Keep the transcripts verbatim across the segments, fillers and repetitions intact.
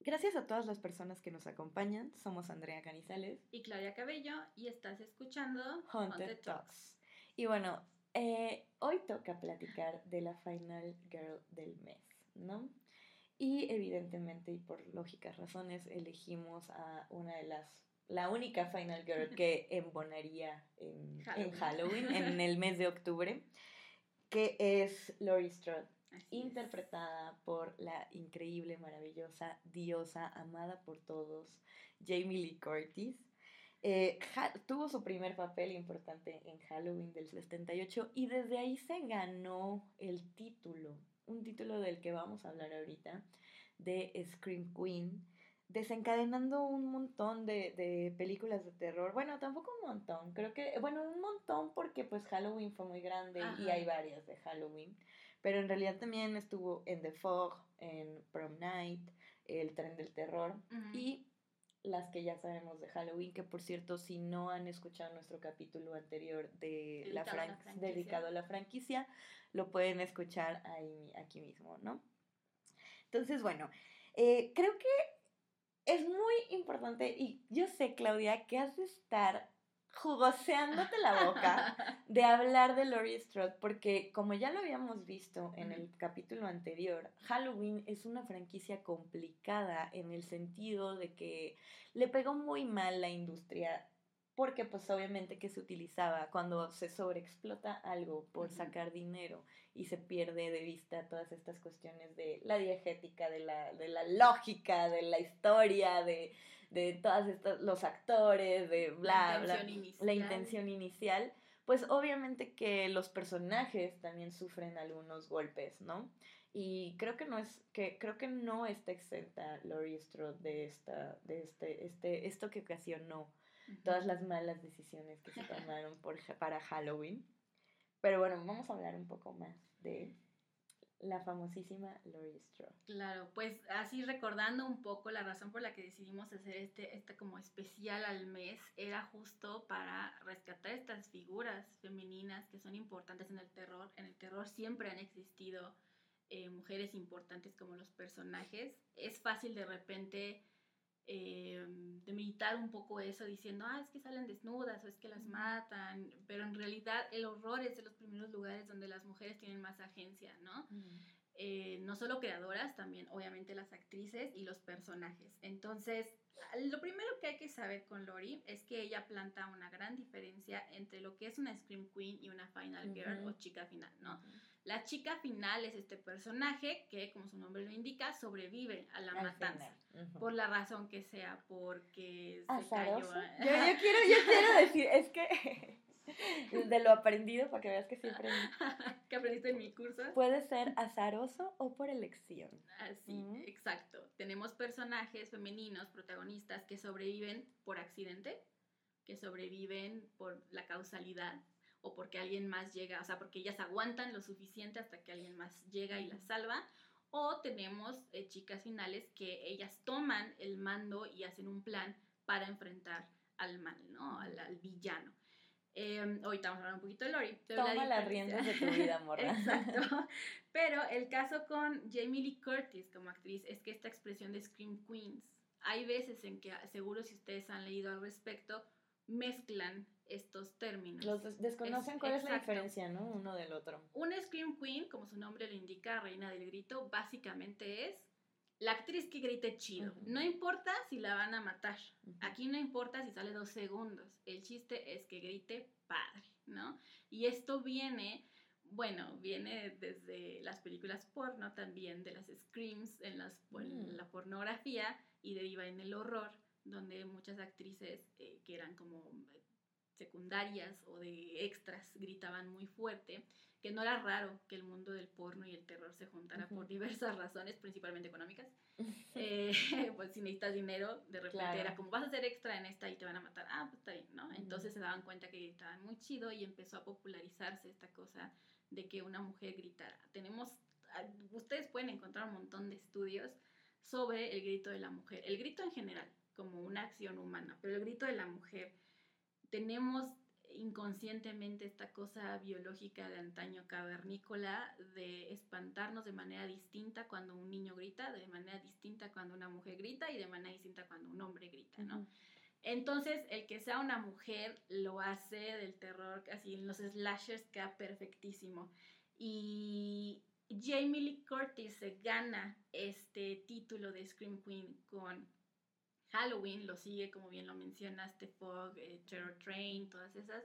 Gracias a todas las personas que nos acompañan. Somos Andrea Canizales y Claudia Cabello y estás escuchando Haunted, Haunted Talks. Talks. Y bueno, eh, hoy toca platicar de la Final Girl del mes, ¿no? Y evidentemente y por lógicas razones elegimos a una de las, la única Final Girl que embonaría en Halloween, en, Halloween, en el mes de octubre, que es Laurie Strode. Así interpretada es. Por la increíble, maravillosa, diosa, amada por todos, Jamie Lee Curtis. Eh, ha, tuvo su primer papel importante en Halloween del setenta y ocho y desde ahí se ganó el título, un título del que vamos a hablar ahorita, de Scream Queen, desencadenando un montón de, de películas de terror. Bueno, tampoco un montón, creo que, bueno, un montón porque pues Halloween fue muy grande. Ajá. Y hay varias de Halloween, pero en realidad también estuvo en The Fog, en Prom Night, El Tren del Terror, uh-huh. Y las que ya sabemos de Halloween, que por cierto, si no han escuchado nuestro capítulo anterior de dedicado, la fran- a la dedicado a la franquicia, lo pueden escuchar ahí, aquí mismo, ¿no? Entonces, bueno, eh, creo que es muy importante, y yo sé, Claudia, que has de estar jugoseándote la boca de hablar de Laurie Strode, porque como ya lo habíamos visto en el capítulo anterior, Halloween es una franquicia complicada en el sentido de que le pegó muy mal la industria, porque pues obviamente que se utilizaba cuando se sobreexplota algo por sacar dinero y se pierde de vista todas estas cuestiones de la diegética, de la, de la lógica, de la historia, de, de todas estas, los actores, de bla, bla, la intención inicial, pues obviamente que los personajes también sufren algunos golpes, ¿no? Y creo que no es, que creo que no está exenta Laurie Strode de esta, de este, este, esto que ocasionó todas las malas decisiones que se tomaron por, para Halloween. Pero bueno, vamos a hablar un poco más de la famosísima Laurie Strode. Claro, pues así recordando un poco la razón por la que decidimos hacer este, este como especial al mes, era justo para rescatar estas figuras femeninas que son importantes en el terror. En el terror siempre han existido eh, mujeres importantes como los personajes. Es fácil de repente Eh, demeritar un poco eso diciendo, ah, es que salen desnudas o es que las matan, pero en realidad el horror es de los primeros lugares donde las mujeres tienen más agencia, ¿no? Uh-huh. Eh, no solo creadoras, también obviamente las actrices y los personajes. Entonces, lo primero que hay que saber con Laurie es que ella planta una gran diferencia entre lo que es una Scream Queen y una Final Girl, uh-huh. o chica final, ¿no? Uh-huh. La chica final es este personaje que, como su nombre lo indica, sobrevive a la Al matanza, uh-huh. por la razón que sea, porque ¿Azaroso? se cayó. Yo, yo, quiero, yo quiero decir, es que de lo aprendido, para que veas que sí aprendí. ¿Qué aprendiste en mi curso? Puede ser azaroso o por elección. Así, uh-huh. exacto. Tenemos personajes femeninos, protagonistas, que sobreviven por accidente, que sobreviven por la causalidad, o porque alguien más llega, o sea, porque ellas aguantan lo suficiente hasta que alguien más llega y las salva, o tenemos eh, chicas finales que ellas toman el mando y hacen un plan para enfrentar al mal, ¿no? Al, al villano. Eh, ahorita vamos a hablar un poquito de Laurie. Toma las riendas de tu vida, morra. Exacto. Pero el caso con Jamie Lee Curtis como actriz es que esta expresión de Scream Queens, hay veces en que, seguro si ustedes han leído al respecto, mezclan estos términos. Los des- desconocen es, cuál exacto. es la diferencia, ¿no? Uno del otro. Una Scream Queen, como su nombre lo indica, reina del grito, básicamente es la actriz que grite chido. Uh-huh. No importa si la van a matar. Uh-huh. Aquí no importa si sale dos segundos. El chiste es que grite padre, ¿no? Y esto viene, bueno, viene desde las películas porno también, de las screams en, las, uh-huh. en la pornografía, y deriva en el horror, donde muchas actrices eh, que eran como secundarias o de extras gritaban muy fuerte, que no era raro que el mundo del porno y el terror se juntara uh-huh. por diversas razones, principalmente económicas. eh, pues si necesitas dinero, de repente claro. era como, vas a ser extra en esta y te van a matar, ah, pues está bien, ¿no? Uh-huh. Entonces se daban cuenta que gritaban muy chido y empezó a popularizarse esta cosa de que una mujer gritara. Tenemos, ustedes pueden encontrar un montón de estudios sobre el grito de la mujer, el grito en general, como una acción humana, pero el grito de la mujer, tenemos inconscientemente esta cosa biológica de antaño cavernícola de espantarnos de manera distinta cuando un niño grita, de manera distinta cuando una mujer grita, Entonces, el que sea una mujer lo hace del terror, así en los slashers queda perfectísimo. Y Jamie Lee Curtis se gana este título de Scream Queen con Halloween, lo sigue, como bien lo mencionas, The Fog, eh, Terror Train, todas esas.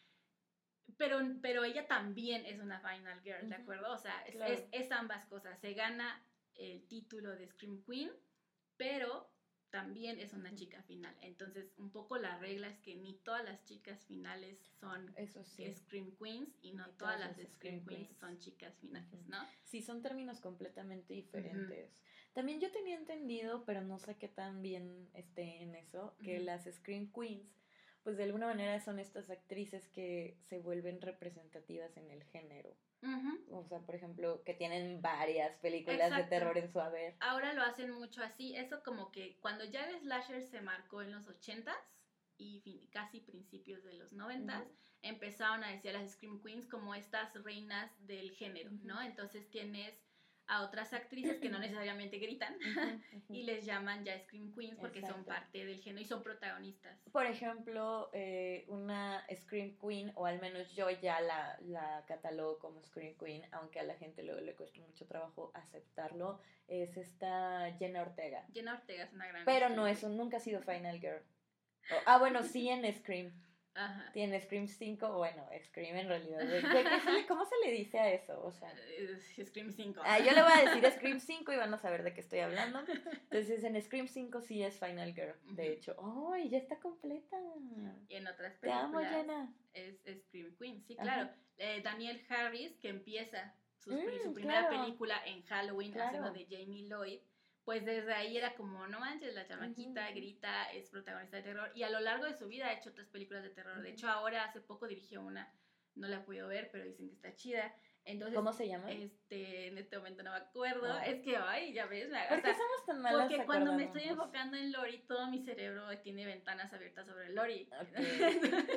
Pero, pero ella también es una Final Girl, ¿de acuerdo? O sea, es, claro. es, es ambas cosas. Se gana el título de Scream Queen, pero también es una uh-huh. chica final. Entonces, un poco la regla es que ni todas las chicas finales son Eso sí. Scream Queens y no ni todas, todas las Scream Queens, Queens son chicas finales, uh-huh. ¿no? Sí, son términos completamente diferentes. Uh-huh. También yo tenía entendido, pero no sé qué tan bien esté en eso, que uh-huh. las Scream Queens, pues de alguna manera son estas actrices que se vuelven representativas en el género. Uh-huh. O sea, por ejemplo, que tienen varias películas Exacto. de terror en su haber. Ahora lo hacen mucho así. Eso como que cuando ya el slasher se marcó en los ochentas y fin, casi principios de los noventas, uh-huh. empezaron a decir a las Scream Queens como estas reinas del género, uh-huh. ¿no? Entonces tienes a otras actrices que no necesariamente gritan uh-huh, uh-huh. y les llaman ya Scream Queens porque Exacto. son parte del género y son protagonistas. Por ejemplo, eh, una Scream Queen, o al menos yo ya la, la catalogo como Scream Queen, aunque a la gente luego le cuesta mucho trabajo aceptarlo, es esta Jenna Ortega. Jenna Ortega es una gran Pero no, eso nunca ha sido Final Girl. Oh, ah, bueno, sí en Scream. Ajá. Tiene Scream cinco, bueno, Scream en realidad. ¿De, de, qué se le, ¿Cómo se le dice a eso? O sea, uh, Scream cinco. Ah, yo le voy a decir Scream cinco y van a saber de qué estoy hablando. Entonces, en Scream cinco sí es Final Girl, uh-huh. de hecho. ¡Ay, oh, ya está completa! Y en otras películas Te amo, Jenna. Es, es Scream Queen, sí, claro. Eh, Danielle Harris, que empieza sus, mm, su primera claro. película en Halloween, claro. haciendo de Jamie Lloyd. Pues desde ahí era como, no manches, la chamaquita uh-huh. grita, es protagonista de terror. Y a lo largo de su vida ha hecho otras películas de terror. Uh-huh. De hecho, ahora hace poco dirigió una, no la he podido ver, pero dicen que está chida. Entonces, ¿cómo se llama? Este, en este momento no me acuerdo. Oh. Es que, ay, ya ves. Me ¿Por qué o sea, somos tan malas Porque cuando me estoy enfocando en Lori, todo mi cerebro tiene ventanas abiertas sobre Lori. Okay.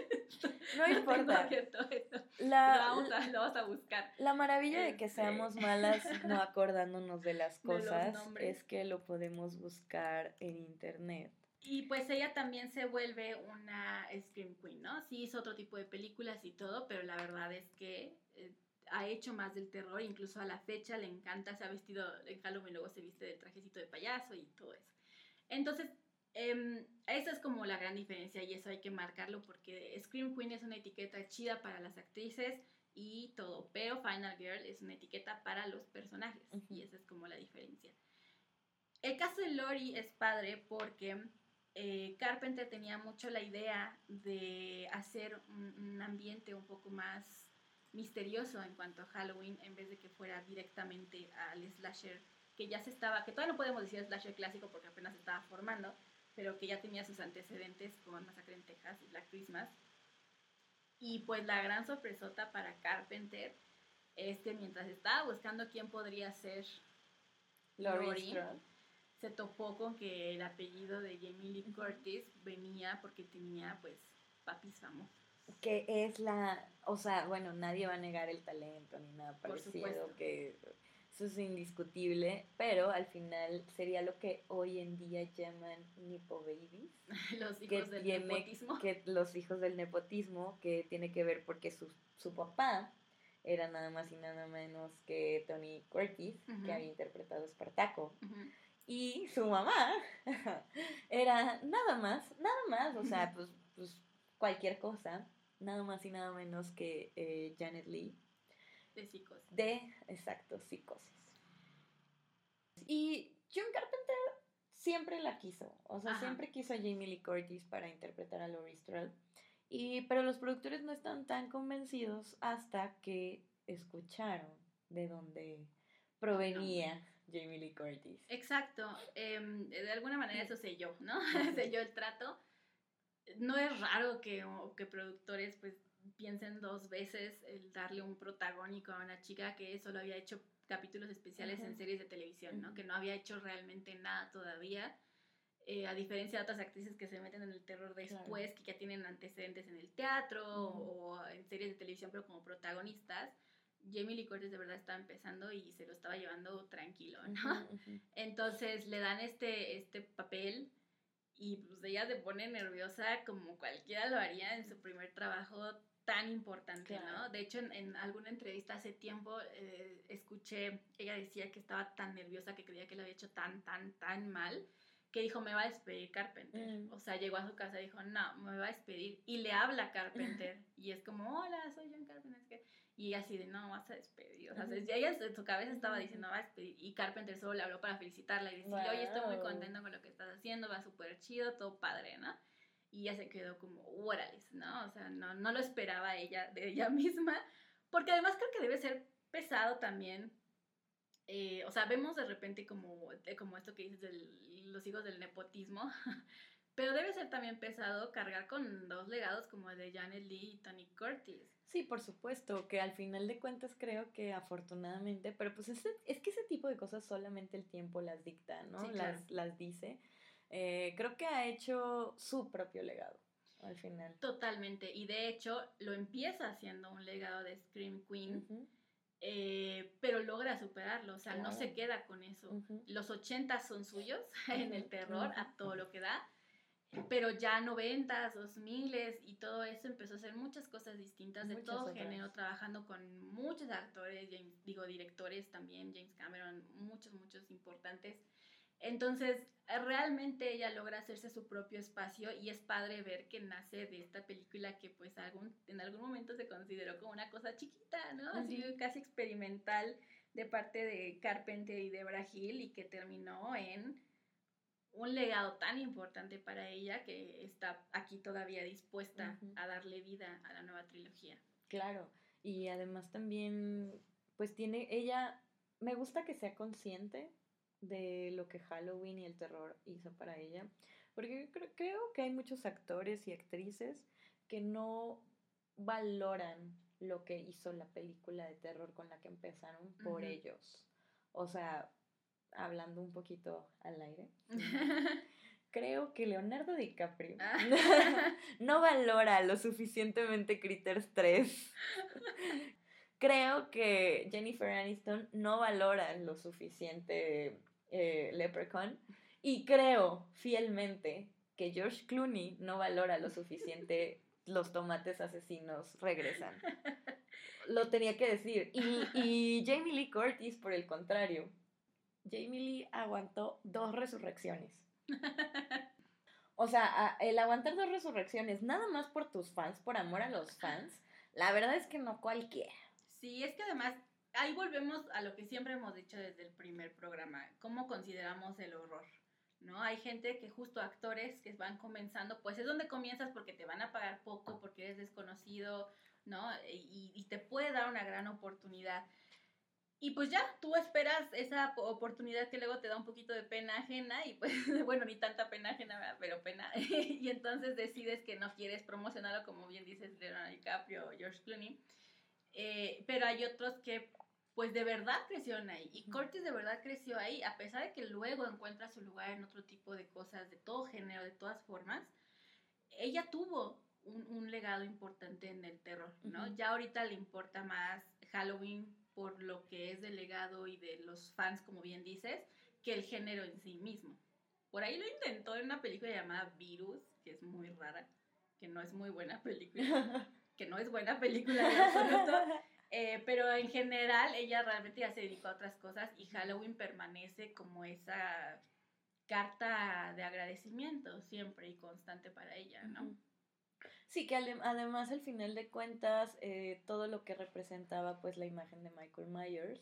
No importa. La, lo, vamos a, lo vamos a buscar. La maravilla este... de que seamos malas no acordándonos de las cosas de es que lo podemos buscar en internet. Y pues ella también se vuelve una Scream Queen, ¿no? Sí hizo otro tipo de películas y todo, pero la verdad es que eh, ha hecho más del terror, incluso a la fecha le encanta, se ha vestido en Halloween, luego se viste del trajecito de payaso y todo eso. Entonces, eh, esa es como la gran diferencia y eso hay que marcarlo porque Scream Queen es una etiqueta chida para las actrices y todo, pero Final Girl es una etiqueta para los personajes uh-huh. y esa es como la diferencia. El caso de Lori es padre porque eh, Carpenter tenía mucho la idea de hacer un, un ambiente un poco más misterioso en cuanto a Halloween en vez de que fuera directamente al slasher que ya se estaba, que todavía no podemos decir slasher clásico porque apenas se estaba formando, pero que ya tenía sus antecedentes con Masacre en Texas y Black Christmas. Y pues la gran sorpresota para Carpenter es que mientras estaba buscando quién podría ser Lori, se topó con que el apellido de Jamie Lee Curtis venía porque tenía pues papis famosos. Que es la, o sea, bueno, nadie va a negar el talento ni nada parecido, que eso es indiscutible, pero al final sería lo que hoy en día llaman Nepo Babies. Los hijos del tiene, nepotismo. Que los hijos del nepotismo, que tiene que ver porque su, su papá era nada más y nada menos que Tony Curtis, uh-huh. que había interpretado a Espartaco. Uh-huh. Y su mamá era nada más, nada más, o sea, pues, pues cualquier cosa, nada más y nada menos que eh, Janet Leigh. De Psicosis. De, exacto, Psicosis. Y John Carpenter siempre la quiso, o sea, Ajá. siempre quiso a Jamie Lee Curtis para interpretar a Laurie Strode. Y, pero los productores no están tan convencidos hasta que escucharon de dónde provenía no. Jamie Lee Curtis. Exacto, eh, de alguna manera eso selló, ¿no? selló el trato. No es raro que, que productores pues piensen dos veces el darle un protagónico a una chica que solo había hecho capítulos especiales uh-huh. en series de televisión, ¿no? Uh-huh. Que no había hecho realmente nada todavía. Eh, a diferencia de otras actrices que se meten en el terror después, claro. que ya tienen antecedentes en el teatro uh-huh. o en series de televisión, pero como protagonistas, Jamie Lee Curtis de verdad estaba empezando y se lo estaba llevando tranquilo, ¿no? Uh-huh, uh-huh. Entonces le dan este, este papel y pues ella se pone nerviosa como cualquiera lo haría en su primer trabajo tan importante, claro. ¿no? De hecho, en, en alguna entrevista hace tiempo eh, escuché, ella decía que estaba tan nerviosa que creía que lo había hecho tan, tan, tan mal, que dijo, me va a despedir Carpenter. Mm. O sea, llegó a su casa y dijo, no, me va a despedir. Y le habla Carpenter. Y es como, hola, soy John Carpenter. Y ella así de, no, vas a despedir. O sea, uh-huh. ella en su cabeza estaba diciendo, va a despedir. Y Carpenter solo le habló para felicitarla y decirle, wow. oye, estoy muy contento con lo que estás haciendo, va súper chido, todo padre, ¿no? Y ella se quedó como, órales, ¿no? O sea, no, no lo esperaba ella de ella misma. Porque además creo que debe ser pesado también. Eh, o sea, vemos de repente como, como esto que dices de los hijos del nepotismo, pero debe ser también pesado cargar con dos legados como el de Janet Leigh y Tony Curtis. Sí, por supuesto, que al final de cuentas creo que afortunadamente, pero pues es, es que ese tipo de cosas solamente el tiempo las dicta, ¿no? Sí, claro. las, las dice. Eh, creo que ha hecho su propio legado al final. Totalmente, y de hecho lo empieza haciendo un legado de Scream Queen. Uh-huh. Eh, pero logra superarlo, o sea, claro. no se queda con eso. Uh-huh. Los ochentas son suyos uh-huh. en el terror, uh-huh. a todo lo que da, pero ya noventas, dos miles y todo eso empezó a hacer muchas cosas distintas muchas de todo otras. Género, trabajando con muchos actores, James, digo, directores también, James Cameron, muchos, muchos importantes. Entonces, realmente ella logra hacerse su propio espacio y es padre ver que nace de esta película que pues algún, en algún momento se consideró como una cosa chiquita, ¿no? Uh-huh. Así casi experimental de parte de Carpenter y Debra Hill y que terminó en un legado tan importante para ella que está aquí todavía dispuesta uh-huh. a darle vida a la nueva trilogía. Claro, y además también pues tiene, ella, me gusta que sea consciente de lo que Halloween y el terror hizo para ella, porque creo, creo que hay muchos actores y actrices que no valoran lo que hizo la película de terror con la que empezaron por uh-huh. ellos. O sea, hablando un poquito al aire, ¿sí? Creo que Leonardo DiCaprio no valora lo suficientemente Critters tres. Creo que Jennifer Aniston no valora lo suficiente eh, Leprechaun. Y creo fielmente que George Clooney no valora lo suficiente Los tomates asesinos regresan. Lo tenía que decir. Y, y Jamie Lee Curtis, por el contrario. Jamie Lee aguantó dos resurrecciones. O sea, a, el aguantar dos resurrecciones, nada más por tus fans, por amor a los fans, la verdad es que no cualquiera. Sí, es que además, ahí volvemos a lo que siempre hemos dicho desde el primer programa, cómo consideramos el horror, ¿no? Hay gente que justo actores que van comenzando, pues es donde comienzas porque te van a pagar poco, porque eres desconocido, ¿no? Y, y te puede dar una gran oportunidad. Y pues ya, tú esperas esa oportunidad que luego te da un poquito de pena ajena y pues, bueno, ni tanta pena ajena, pero pena. Y entonces decides que no quieres promocionarlo, como bien dices, Leonardo DiCaprio o George Clooney. Eh, pero hay otros que pues de verdad crecieron ahí. Y Curtis de verdad creció ahí, a pesar de que luego encuentra su lugar en otro tipo de cosas, de todo género, de todas formas. Ella tuvo un, un legado importante en el terror, ¿no? Uh-huh. Ya ahorita le importa más Halloween por lo que es del legado y de los fans, como bien dices, que el género en sí mismo. Por ahí lo intentó en una película llamada Virus, que es muy rara, que no es muy buena película, que no es buena película en absoluto, eh, pero en general ella realmente ya se dedicó a otras cosas y Halloween permanece como esa carta de agradecimiento siempre y constante para ella, ¿no? Uh-huh. Sí, que además al final de cuentas eh, todo lo que representaba pues la imagen de Michael Myers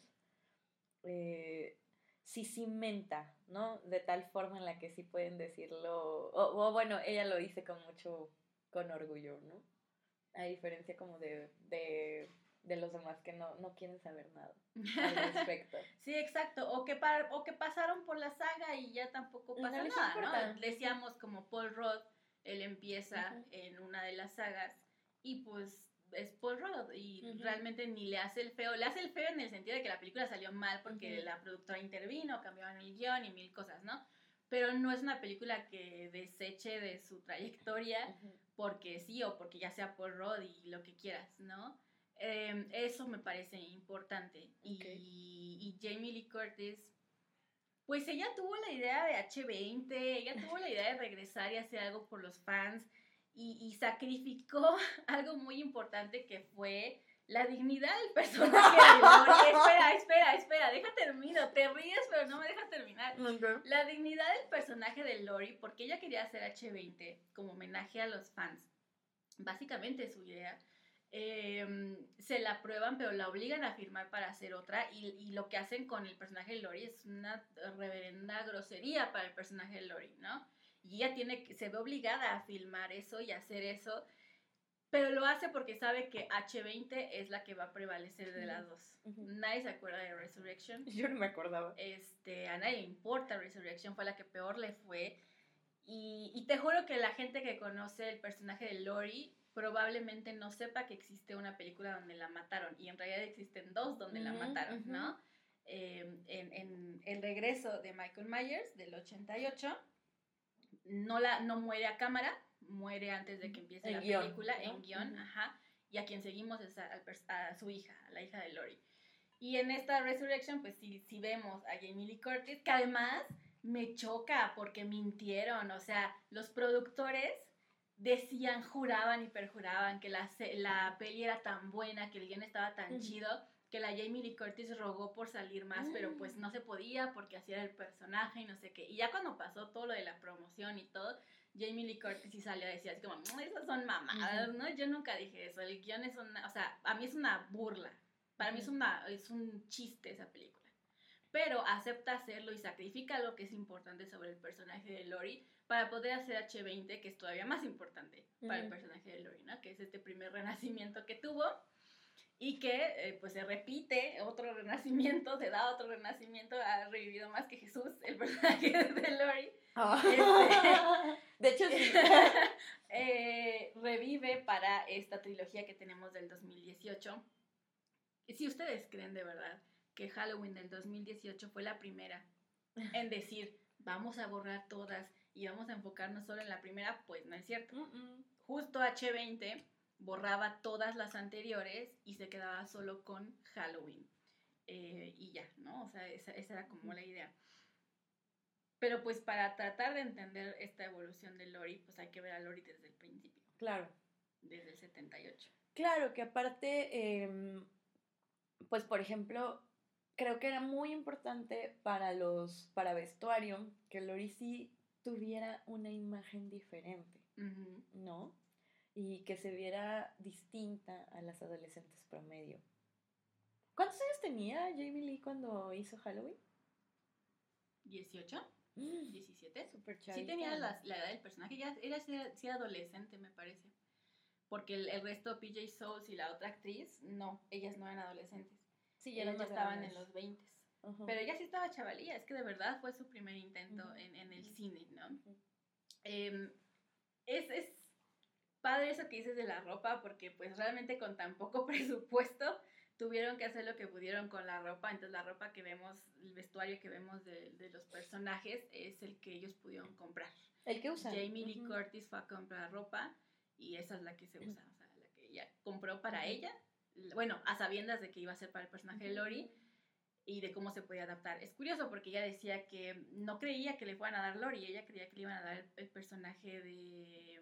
eh, sí cimenta, ¿no? De tal forma en la que sí pueden decirlo, o, o bueno, ella lo dice con mucho, con orgullo, ¿no? A diferencia como de, de, de los demás que no, no quieren saber nada al respecto. Sí, exacto, o que, par, o que pasaron por la saga y ya tampoco pasa no nada, importa. ¿No? Decíamos como Paul Rudd, él empieza uh-huh. en una de las sagas y pues es Paul Rudd y uh-huh. realmente ni le hace el feo, le hace el feo en el sentido de que la película salió mal porque uh-huh. la productora intervino, cambiaron el guión y mil cosas, ¿no? Pero no es una película que deseche de su trayectoria uh-huh. porque sí o porque ya sea Paul Rudd y lo que quieras, ¿no? Eh, eso me parece importante. Okay. Y, y Jamie Lee Curtis Pues ella tuvo la idea de hache veinte, ella tuvo la idea de regresar y hacer algo por los fans y, y sacrificó algo muy importante que fue la dignidad del personaje de Lori. Espera, espera, espera, deja termino, te ríes pero no me dejas terminar. Okay. La dignidad del personaje de Lori, porque ella quería hacer hache veinte como homenaje a los fans, básicamente su idea. Eh, se la prueban pero la obligan a firmar para hacer otra y, y lo que hacen con el personaje de Lori es una reverenda grosería para el personaje de Lori, ¿no? Y ella tiene que, se ve obligada a filmar eso y hacer eso, pero lo hace porque sabe que hache veinte es la que va a prevalecer de las dos. Uh-huh. Nadie se acuerda de Resurrection. Yo no me acordaba. Este, a nadie le importa Resurrection, fue la que peor le fue. Y, y te juro que la gente que conoce el personaje de Lori probablemente no sepa que existe una película donde la mataron, y en realidad existen dos donde uh-huh, la mataron, uh-huh. ¿no? Eh, en, en El regreso de Michael Myers, del ochenta y ocho, no, la, no muere a cámara, muere antes de que empiece en la guión, película, ¿no? En guión, uh-huh. ajá, y a quien seguimos es a, a, a su hija, a la hija de Lori. Y en esta Resurrection, pues sí, sí vemos a Jamie Lee Curtis, que además me choca porque mintieron, o sea, los productores decían, juraban y perjuraban que la, la peli era tan buena, que el guión estaba tan uh-huh. chido, que la Jamie Lee Curtis rogó por salir más, uh-huh. pero pues no se podía porque hacía el personaje y no sé qué. Y ya cuando pasó todo lo de la promoción y todo, Jamie Lee Curtis sí salió a decir así como, esas son mamadas, uh-huh. ¿no? Yo nunca dije eso, el guión es una, o sea, a mí es una burla, para uh-huh. mí es, una, es un chiste esa película. Pero acepta hacerlo y sacrifica lo que es importante sobre el personaje de Lori para poder hacer hache veinte, que es todavía más importante uh-huh. para el personaje de Lori, ¿no? Que es este primer renacimiento que tuvo y que eh, pues se repite otro renacimiento, se da otro renacimiento, ha revivido más que Jesús, el personaje de Lori. Oh. Este, de hecho, sí. eh, revive para esta trilogía que tenemos del dos mil dieciocho. Y si ustedes creen de verdad que Halloween del dos mil dieciocho fue la primera en decir, vamos a borrar todas y vamos a enfocarnos solo en la primera, pues no es cierto. Uh-uh. Justo hache veinte borraba todas las anteriores y se quedaba solo con Halloween. Eh, y ya, ¿no? O sea, esa, esa era como uh-huh. la idea. Pero pues para tratar de entender esta evolución de Lori, pues hay que ver a Lori desde el principio. Claro. Desde el setenta y ocho. Claro, que aparte, eh, pues por ejemplo, creo que era muy importante para los, para vestuario, que Lori sí tuviera una imagen diferente, uh-huh. ¿no? Y que se viera distinta a las adolescentes promedio. ¿Cuántos años tenía Jamie Lee cuando hizo Halloween? ¿dieciocho? Mm. ¿diecisiete? Súper chavita. Sí tenía la, la edad del personaje, ya era sí, adolescente, me parece. Porque el, el resto, P J Souls y la otra actriz, no, ellas no eran adolescentes. Sí, ya ellas ya estaban grandes. En los veinte. Uh-huh. Pero ella sí estaba chavalía, es que de verdad fue su primer intento uh-huh. en, en el cine, ¿no? Uh-huh. Eh, es, es padre eso que dices de la ropa, porque pues realmente con tan poco presupuesto tuvieron que hacer lo que pudieron con la ropa. Entonces la ropa que vemos, el vestuario que vemos de, de los personajes es el que ellos pudieron comprar. ¿El que usan? Jamie Lee uh-huh. Curtis fue a comprar ropa y esa es la que se usa, o sea, la que ella compró para uh-huh. ella, bueno, a sabiendas de que iba a ser para el personaje uh-huh. de Lori y de cómo se podía adaptar. Es curioso porque ella decía que no creía que le fueran a dar Lori, ella creía que le iban a dar el, el personaje de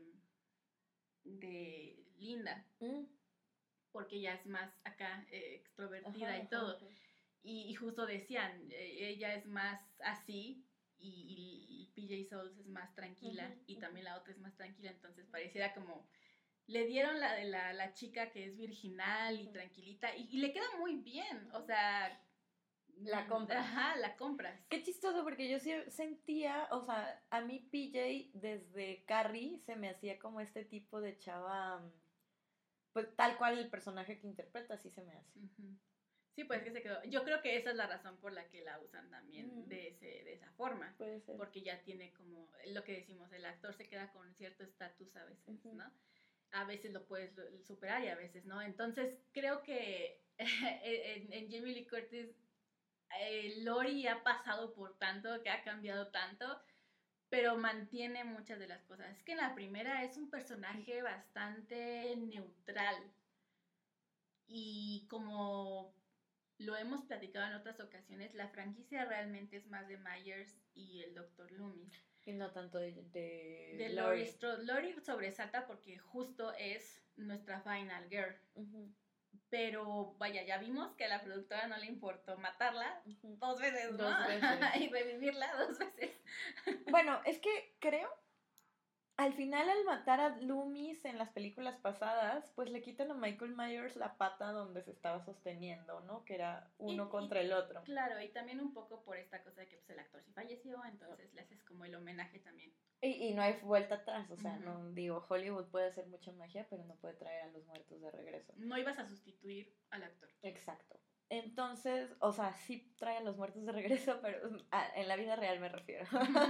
de Linda, uh-huh. porque ella es más acá eh, extrovertida uh-huh, y todo, uh-huh. y, y justo decían, eh, ella es más así y, y, y P J Souls es más tranquila uh-huh, y uh-huh. también la otra es más tranquila, entonces pareciera como le dieron la de la, la chica que es virginal uh-huh. y tranquilita y, y le queda muy bien, o sea, la compras. Ajá, la compras. Qué chistoso, porque yo sí sentía, o sea, a mí P J desde Carrie se me hacía como este tipo de chava, pues tal cual el personaje que interpreta, así se me hace. Uh-huh. Sí, pues que se quedó. Yo creo que esa es la razón por la que la usan también uh-huh. de, ese, de esa forma. Puede ser. Porque ya tiene como, lo que decimos, el actor se queda con cierto estatus a veces, uh-huh. ¿no? A veces lo puedes superar y a veces no. Entonces, creo que en, en Jamie Lee Curtis Eh, Lori ha pasado por tanto, que ha cambiado tanto, pero mantiene muchas de las cosas. Es que en la primera es un personaje bastante neutral y como lo hemos platicado en otras ocasiones, la franquicia realmente es más de Myers y el doctor Loomis. Y no tanto de, de, de Laurie Strode. Laurie sobresalta porque justo es nuestra final girl. Uh-huh. Pero vaya, ya vimos que a la productora no le importó matarla uh-huh. dos veces, ¿no? Dos veces. Y revivirla dos veces. Bueno, es que creo, al final al matar a Loomis en las películas pasadas, pues le quitan a Michael Myers la pata donde se estaba sosteniendo, ¿no? Que era uno y, contra y, el otro. Claro, y también un poco por esta cosa de que pues, el actor sí falleció, entonces le haces como el homenaje también. Y, y no hay vuelta atrás, o sea, uh-huh. no digo, Hollywood puede hacer mucha magia, pero no puede traer a los muertos de regreso. No ibas a sustituir al actor. Exacto. Entonces, o sea, sí trae a los muertos de regreso, pero ah, en la vida real me refiero.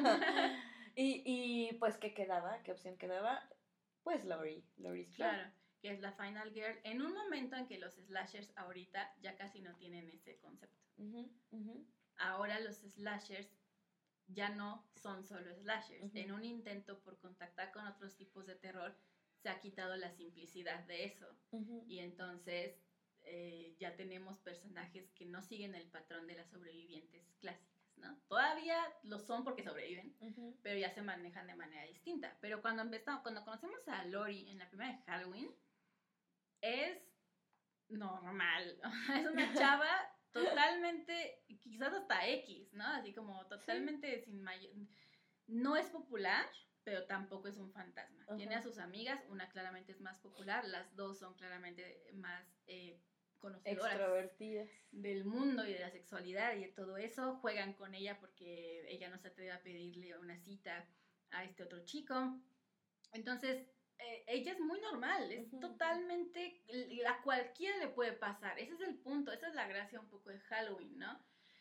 y, y pues, ¿qué quedaba? ¿Qué opción quedaba? Pues Laurie, Laurie Strode. Claro, que es la final girl, en un momento en que los slashers ahorita ya casi no tienen ese concepto. Uh-huh, uh-huh. Ahora los slashers ya no son solo slashers. Uh-huh. En un intento por contactar con otros tipos de terror, se ha quitado la simplicidad de eso. Uh-huh. Y entonces eh, ya tenemos personajes que no siguen el patrón de las sobrevivientes clásicas, ¿no? Todavía lo son porque sobreviven, uh-huh. pero ya se manejan de manera distinta. Pero cuando empezamos, cuando conocemos a Laurie en la primera de Halloween, es normal. Es una chava totalmente, quizás hasta X, ¿no? Así como totalmente sí. sin mayor... No es popular, pero tampoco es un fantasma. Uh-huh. Tiene a sus amigas, una claramente es más popular, las dos son claramente más eh, conocedoras extrovertidas del mundo y de la sexualidad y de todo eso. Juegan con ella porque ella no se atreve a pedirle una cita a este otro chico. Entonces, eh, ella es muy normal, es uh-huh. totalmente, a cualquiera le puede pasar. Ese es el punto, esa es la gracia un poco de Halloween, ¿no?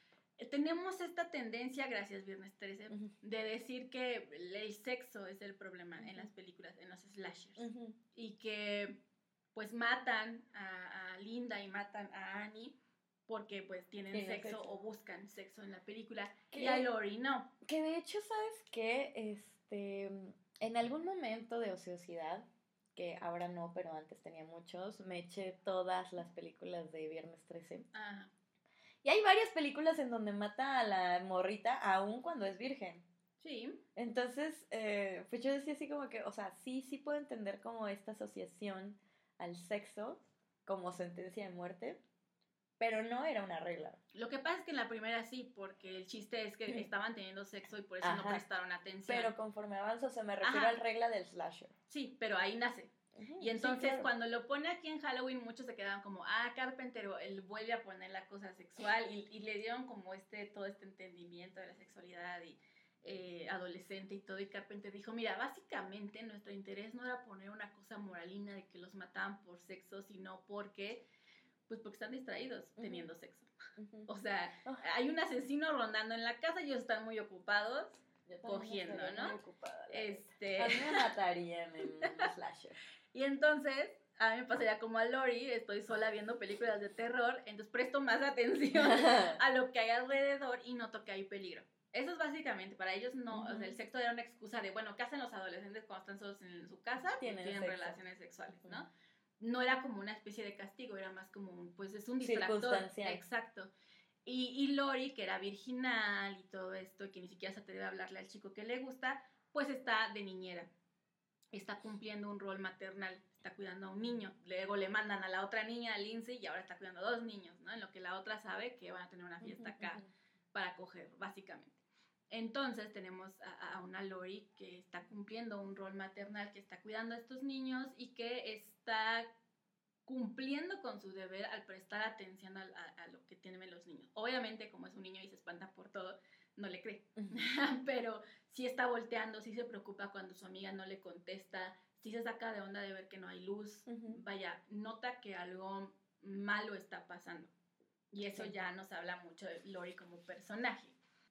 Tenemos esta tendencia, gracias Viernes trece, uh-huh. de decir que el sexo es el problema uh-huh. en las películas, en los slashers. Uh-huh. Y que pues matan a, a Linda y matan a Annie porque pues tienen sí, sexo, sexo o buscan sexo en la película. Que, y a Laurie no. Que de hecho, ¿sabes qué? Este, en algún momento de ociosidad, que ahora no, pero antes tenía muchos, me eché todas las películas de Viernes trece. Ajá. Y hay varias películas en donde mata a la morrita aún cuando es virgen. Sí. Entonces, eh, pues yo decía así como que, o sea, sí, sí puedo entender como esta asociación al sexo como sentencia de muerte, pero no era una regla. Lo que pasa es que en la primera sí, porque el chiste es que sí. estaban teniendo sexo y por eso Ajá. no prestaron atención. Pero conforme avanza, o sea, me refiero Ajá. a la regla del slasher. Sí, pero ahí nace. Uh-huh. Y entonces sí, claro. cuando lo pone aquí en Halloween muchos se quedaban como, ah, Carpenter, él vuelve a poner la cosa sexual y, y le dieron como este, todo este entendimiento de la sexualidad y eh, adolescente y todo, y Carpenter dijo, mira, básicamente nuestro interés no era poner una cosa moralina de que los mataban por sexo, sino porque, pues porque están distraídos uh-huh. teniendo sexo. Uh-huh. O sea, uh-huh. hay un asesino rondando en la casa y ellos están muy ocupados cogiendo, ¿no? Muy ocupada, este... A mí me matarían en un slasher. Y entonces, a mí me pasaría como a Laurie, estoy sola viendo películas de terror, entonces presto más atención a lo que hay alrededor y noto que hay peligro. Eso es básicamente, para ellos no, uh-huh. o sea, el sexo era una excusa de, bueno, ¿qué hacen los adolescentes cuando están solos en su casa? Tienen, tienen relaciones sexuales, ¿no? No era como una especie de castigo, era más como, un, pues es un distractor. Exacto. Y, y Laurie, que era virginal y todo esto, y que ni siquiera se atreve a hablarle al chico que le gusta, pues está de niñera. Está cumpliendo un rol maternal, está cuidando a un niño. Luego le mandan a la otra niña, a Lindsay, y ahora está cuidando a dos niños, ¿no? En lo que la otra sabe que van a tener una fiesta acá uh-huh. para coger, básicamente. Entonces tenemos a, a una Laurie que está cumpliendo un rol maternal, que está cuidando a estos niños y que está cumpliendo con su deber al prestar atención a, a, a lo que tienen los niños. Obviamente, como es un niño y se espanta por todo, no le cree. Uh-huh. Pero sí está volteando, sí se preocupa cuando su amiga no le contesta, sí se saca de onda de ver que no hay luz. Uh-huh. Vaya, nota que algo malo está pasando. Y eso sí. ya nos habla mucho de Laurie como personaje.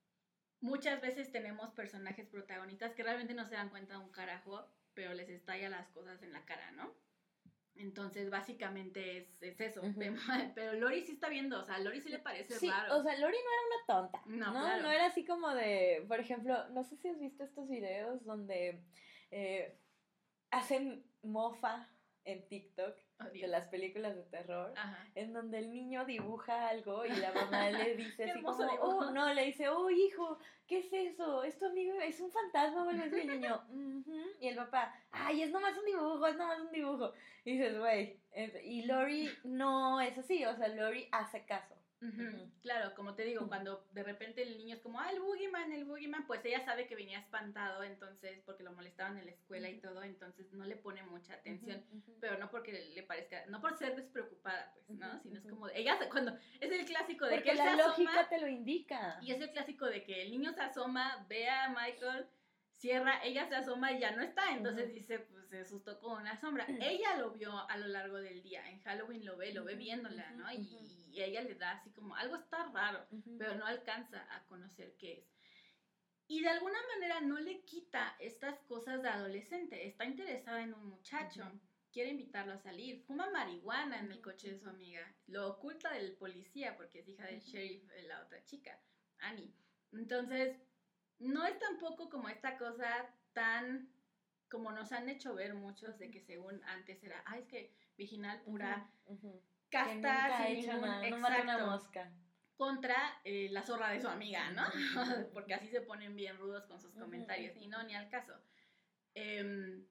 Muchas veces tenemos personajes protagonistas que realmente no se dan cuenta de un carajo, pero les estalla las cosas en la cara, ¿no? Entonces, básicamente es, es eso. Uh-huh. Pero Laurie sí está viendo, o sea, a Laurie sí le parece sí, raro. O sea, Laurie no era una tonta. No, ¿no? Claro. No era así como de, por ejemplo, no sé si has visto estos videos donde eh, hacen mofa en TikTok Oh, de Dios. las películas de terror, Ajá. en donde el niño dibuja algo y la mamá le dice Qué así hermoso como, dibujo. oh, no, le dice, oh, hijo, ¿qué es eso? ¿Es tu amigo? ¿Es un fantasma o algo así? Y el niño, "Uh-huh". Y el papá, ay, es nomás un dibujo, es nomás un dibujo. Y dices, güey, es- y Lori no es así, o sea, Lori hace caso. Ujú. Ujú. Claro, como te digo, Ujú. cuando de repente el niño es como, ah, el boogeyman, el boogeyman, pues ella sabe que venía espantado, entonces, porque lo molestaban en la escuela y Ujú. todo, entonces no le pone mucha atención, Ujú, ujú. pero no porque le, le parezca, no por ser despreocupada, pues, ¿no? Ujú, Sino es ujú. como, ella, se- cuando, es el clásico de Porque que él se la lógica asoma, te lo indica. y es el clásico de que el niño se asoma, ve a Michael, cierra, ella se asoma y ya no está, entonces Ujú. dice, pues se asustó con una sombra. Ella lo vio a lo largo del día, en Halloween lo ve, lo ve Ujú, viéndola, ujú, ¿no? Y, ujú. y ella le da así como, algo está raro, Ujú. pero no alcanza a conocer qué es. Y de alguna manera no le quita estas cosas de adolescente, está interesada en un muchacho. Ujú. Quiere invitarlo a salir, fuma marihuana en el Ujú, coche de su ujú. amiga, lo oculta del policía porque es hija del Ujú. sheriff, de la otra chica, Annie. Entonces, no es tampoco como esta cosa tan como nos han hecho ver muchos de que según antes era, ay, es que virginal pura, Ujú, ujú. Que casta, nunca ha sin hecho ningún, nada, no mata una exacto, mosca. contra eh, la zorra de su amiga, ¿no? Ujú, ujú, ujú. Porque así se ponen bien rudos con sus Ujú, comentarios, ujú, y no, ni ujú. al caso. Em,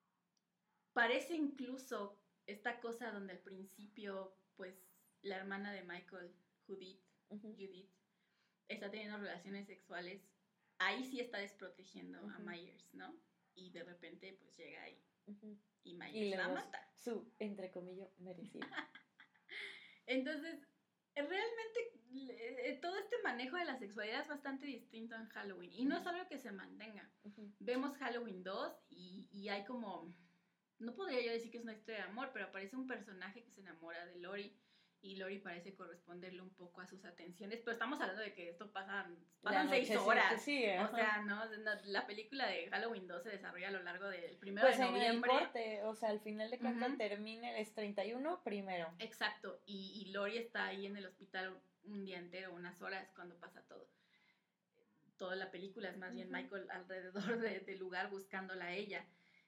parece incluso esta cosa donde al principio, pues, la hermana de Michael, Judith, Ujú. Judith, está teniendo relaciones sexuales, ahí sí está desprotegiendo a Ujú. Myers, ¿no? Y de repente, pues, llega ahí Ujú. y Y Myers le la das mata. su, entre comillas, merecido. Entonces, eh, realmente eh, todo este manejo de la sexualidad es bastante distinto en Halloween y no es algo que se mantenga. Ujú. Vemos Halloween dos y, y hay como, no podría yo decir que es una historia de amor, pero aparece un personaje que se enamora de Lori y Lori parece corresponderle un poco a sus atenciones, pero estamos hablando de que esto pasa, pasan La seis nochecita, horas. sí, O ajá. sea, ¿no? La película de Halloween dos se desarrolla a lo largo del primero Pues de en el noviembre. corte, o sea, al final de cuentas Ujú. termina, es treinta y uno primero. Exacto, y, y Lori está ahí en el hospital un día entero, unas horas, cuando pasa todo. Toda la película es más bien Ujú. Michael alrededor de- del lugar buscándola a ella.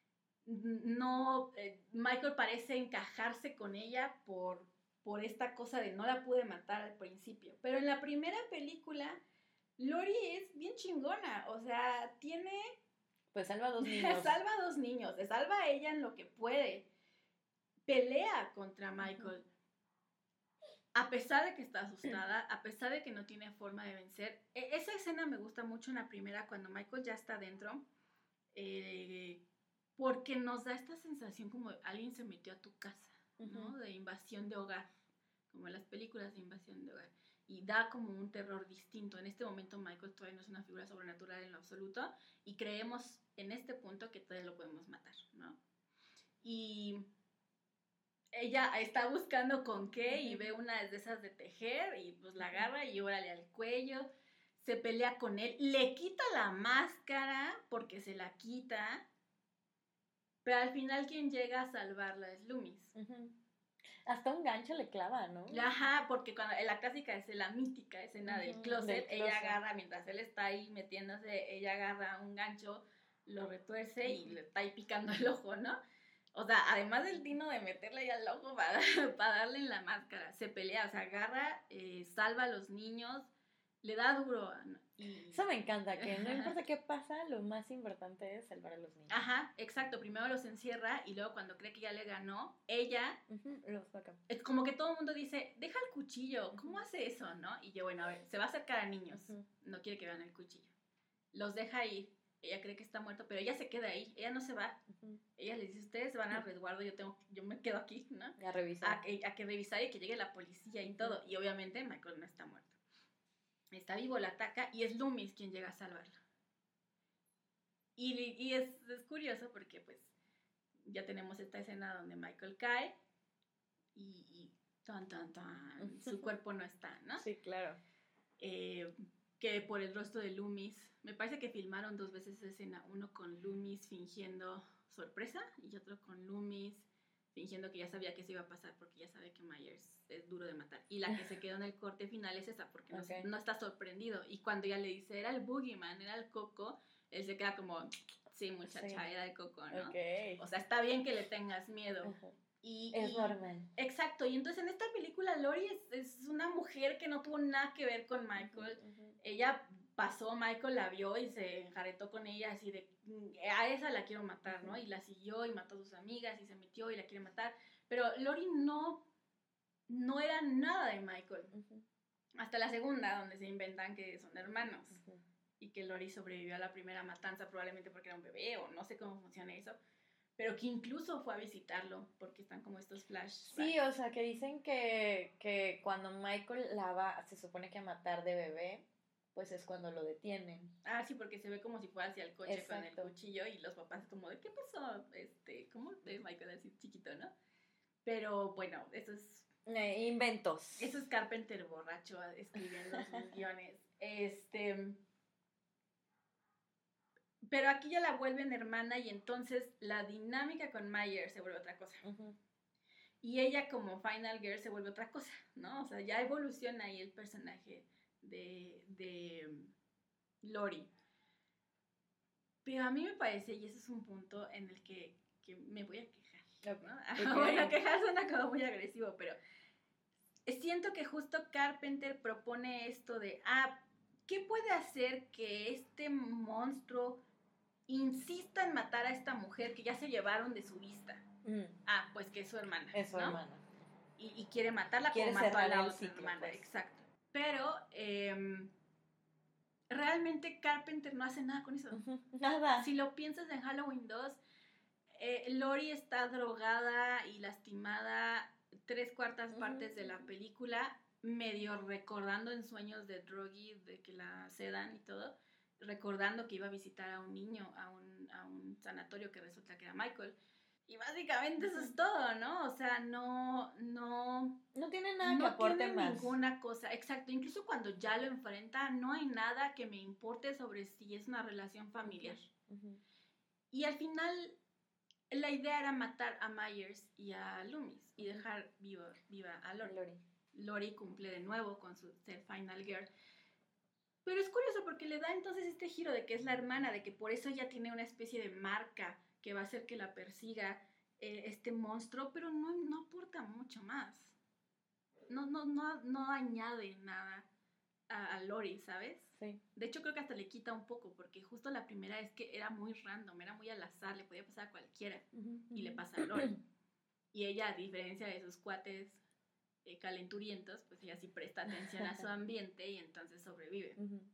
No, eh, Michael parece encajarse con ella por, por esta cosa de no la pude matar al principio. Pero en la primera película, Lori es bien chingona, o sea, tiene... Pues salva a dos niños. salva a dos niños, se salva a ella en lo que puede. Pelea contra Michael. A pesar de que está asustada, a pesar de que no tiene forma de vencer. E- esa escena me gusta mucho en la primera, cuando Michael ya está dentro, eh, porque nos da esta sensación como alguien se metió a tu casa, ¿no? Ujú. De invasión de hogar, como en las películas de invasión de hogar. Y da como un terror distinto. En este momento Michael todavía no es una figura sobrenatural en lo absoluto y creemos en este punto que todavía lo podemos matar, ¿no? Y ella está buscando con qué y ve una de esas de tejer y pues la agarra y órale al cuello, se pelea con él, le quita la máscara porque se la quita, pero al final quien llega a salvarla es Loomis. Ujú. Hasta un gancho le clava, ¿no? Ajá, porque cuando en la clásica es la mítica escena del Ujú, closet, del ella closet. agarra, mientras él está ahí metiéndose, ella agarra un gancho, lo retuerce y le está ahí picando el ojo, ¿no? O sea, además del tino de meterle ahí al ojo para, para darle en la máscara, se pelea, o sea, agarra, eh, salva a los niños, le da duro. ¿No? Y... Eso me encanta, que no importa qué pasa, lo más importante es salvar a los niños. Ajá, exacto, primero los encierra y luego cuando cree que ya le ganó, ella... Uh-huh, los saca. Es como que todo el mundo dice, deja el cuchillo, ¿cómo Uh-huh. hace eso, no? Y yo, bueno, a ver, se va a acercar a niños, Uh-huh. no quiere que vean el cuchillo. Los deja ir, ella cree que está muerto, pero ella se queda ahí, ella no se va. Uh-huh. Ella les dice, ustedes van al resguardo, yo, tengo, yo me quedo aquí, ¿no? A revisar. A, a que revisar y que llegue la policía y uh-huh. todo. Y obviamente Michael no está muerto. Está vivo, la ataca y es Loomis quien llega a salvarlo. Y, y es, es curioso porque pues ya tenemos esta escena donde Michael cae y, y tan, tan, tan, su cuerpo no está, ¿no? Sí, claro. Eh, que por el rostro de Loomis, me parece que filmaron dos veces esa escena, uno con Loomis fingiendo sorpresa y otro con Loomis fingiendo que ya sabía que se iba a pasar porque ya sabe que Myers es duro de matar. Y la que se quedó en el corte final es esa porque okay. no, no está sorprendido. Y cuando ella le dice, era el Boogeyman, era el Coco, él se queda como, Sí, muchacha, Sí. era de Coco, ¿no? Okay. O sea, está bien que le tengas miedo. Uh-huh. Y, es y, normal. Exacto, y entonces en esta película Lori es, es una mujer que no tuvo nada que ver con Michael. Uh-huh, uh-huh. Ella pasó, Michael la vio y se enjaretó con ella así de, a esa la quiero matar, ¿no? Uh-huh. Y la siguió y mató a sus amigas y se metió y la quiere matar. Pero Lori no, no era nada de Michael. Uh-huh. Hasta la segunda, donde se inventan que son hermanos. Uh-huh. Y que Lori sobrevivió a la primera matanza probablemente porque era un bebé o no sé cómo funciona eso. Pero que incluso fue a visitarlo, porque están como estos flashbacks. Sí, o sea, que dicen que, que cuando Michael la va, se supone que a matar de bebé, pues es cuando lo detienen. Ah, sí, porque se ve como si fuera hacia el coche. Exacto. Con el cuchillo y los papás como de, ¿qué pasó? Este, ¿cómo de Michael así chiquito, no? Pero bueno, eso es... Eh, inventos. Eso es Carpenter borracho escribiendo sus guiones. Este... Pero aquí ya la vuelven hermana y entonces la dinámica con Myers se vuelve otra cosa. Uh-huh. Y ella como Final Girl se vuelve otra cosa, ¿no? O sea, ya evoluciona ahí el personaje de, de Lori. Pero a mí me parece, y ese es un punto en el que, que me voy a quejar, ¿no? Okay. Bueno, quejar suena como muy agresivo, pero siento que justo Carpenter propone esto de, ah, ¿qué puede hacer que este monstruo insista en matar a esta mujer que ya se llevaron de su vista? Mm. Ah, pues que es su hermana. Es su ¿no? hermana. Y, y quiere matarla quiere como mató a la otra ciclo, hermana. Pues. Exacto. Pero eh, realmente Carpenter no hace nada con eso. Uh-huh. Nada. Si lo piensas en Halloween dos, eh, Lori está drogada y lastimada tres cuartas uh-huh. partes de la película, medio recordando en sueños de Druggy, de que la sedan y todo, recordando que iba a visitar a un niño, a un, a un sanatorio que resulta que era Michael. Y básicamente eso es todo, ¿no? O sea, no, no... No tiene nada no que aporte tiene más. ninguna cosa, exacto. Incluso cuando ya lo enfrenta, no hay nada que me importe sobre si es una relación familiar. Uh-huh. Y al final, la idea era matar a Myers y a Loomis y dejar viva, viva a Lori. Lori. Lori cumple de nuevo con su ser Final Girl. Pero es curioso porque le da entonces este giro de que es la hermana, de que por eso ella tiene una especie de marca que va a hacer que la persiga eh, este monstruo, pero no, no aporta mucho más. No, no, no, no añade nada a, a Lori, ¿sabes? Sí. De hecho, creo que hasta le quita un poco, porque justo la primera es que era muy random, era muy al azar, le podía pasar a cualquiera, uh-huh. y le pasa a Lori. Y ella, a diferencia de sus cuates eh, calenturientos, pues ella sí presta atención a su ambiente y entonces sobrevive. Uh-huh.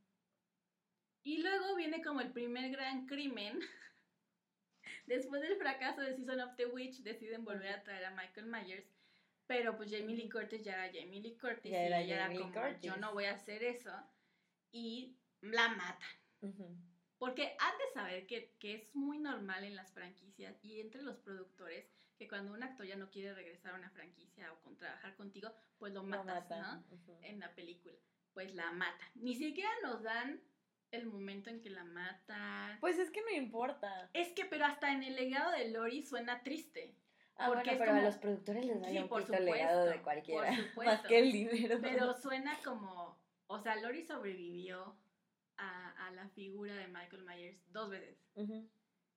Y luego viene como el primer gran crimen. Después del fracaso de Season of the Witch, deciden volver a traer a Michael Myers, pero pues Jamie Lee Curtis ya era Jamie Lee Curtis ya era y ella Jamie era Lee como, Curtis. Yo no voy a hacer eso, y la matan. Uh-huh. Porque han de saber que, que es muy normal en las franquicias y entre los productores que cuando un actor ya no quiere regresar a una franquicia o con trabajar contigo, pues lo matas, lo matan, ¿no? Uh-huh. En la película, pues la matan. Ni siquiera nos dan el momento en que la matan. Pues es que no importa. Es que, pero hasta en el legado de Lori suena triste. Ah, porque bueno, pero como, a los productores les da sí, un poquito el legado de cualquiera. Por supuesto. Más que el dinero. Pero suena como, o sea, Lori sobrevivió a, a la figura de Michael Myers dos veces. Uh-huh.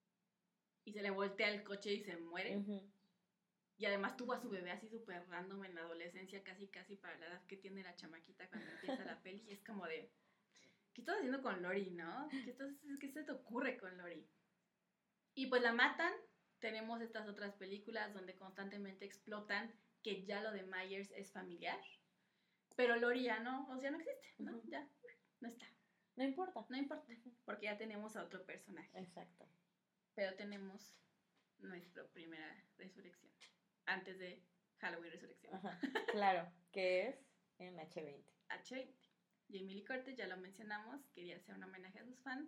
Y se le voltea el coche y se muere. Uh-huh. Y además tuvo a su bebé así súper random en la adolescencia, casi casi para la edad que tiene la chamaquita cuando empieza la peli. Y es como de, ¿qué estás haciendo con Lori, no? ¿Qué, estás, ¿Qué se te ocurre con Lori? Y pues la matan. Tenemos estas otras películas donde constantemente explotan que ya lo de Myers es familiar. Pero Lori ya no, o sea, no existe, ¿no? Uh-huh. Ya, no está. No importa. No importa, uh-huh. Porque ya tenemos a otro personaje. Exacto. Pero tenemos nuestra primera resurrección. Antes de Halloween Resurrección. Ajá, claro, que es en hache veinte. hache veinte. Jamie Lee Curtis, ya lo mencionamos, quería hacer un homenaje a sus fans.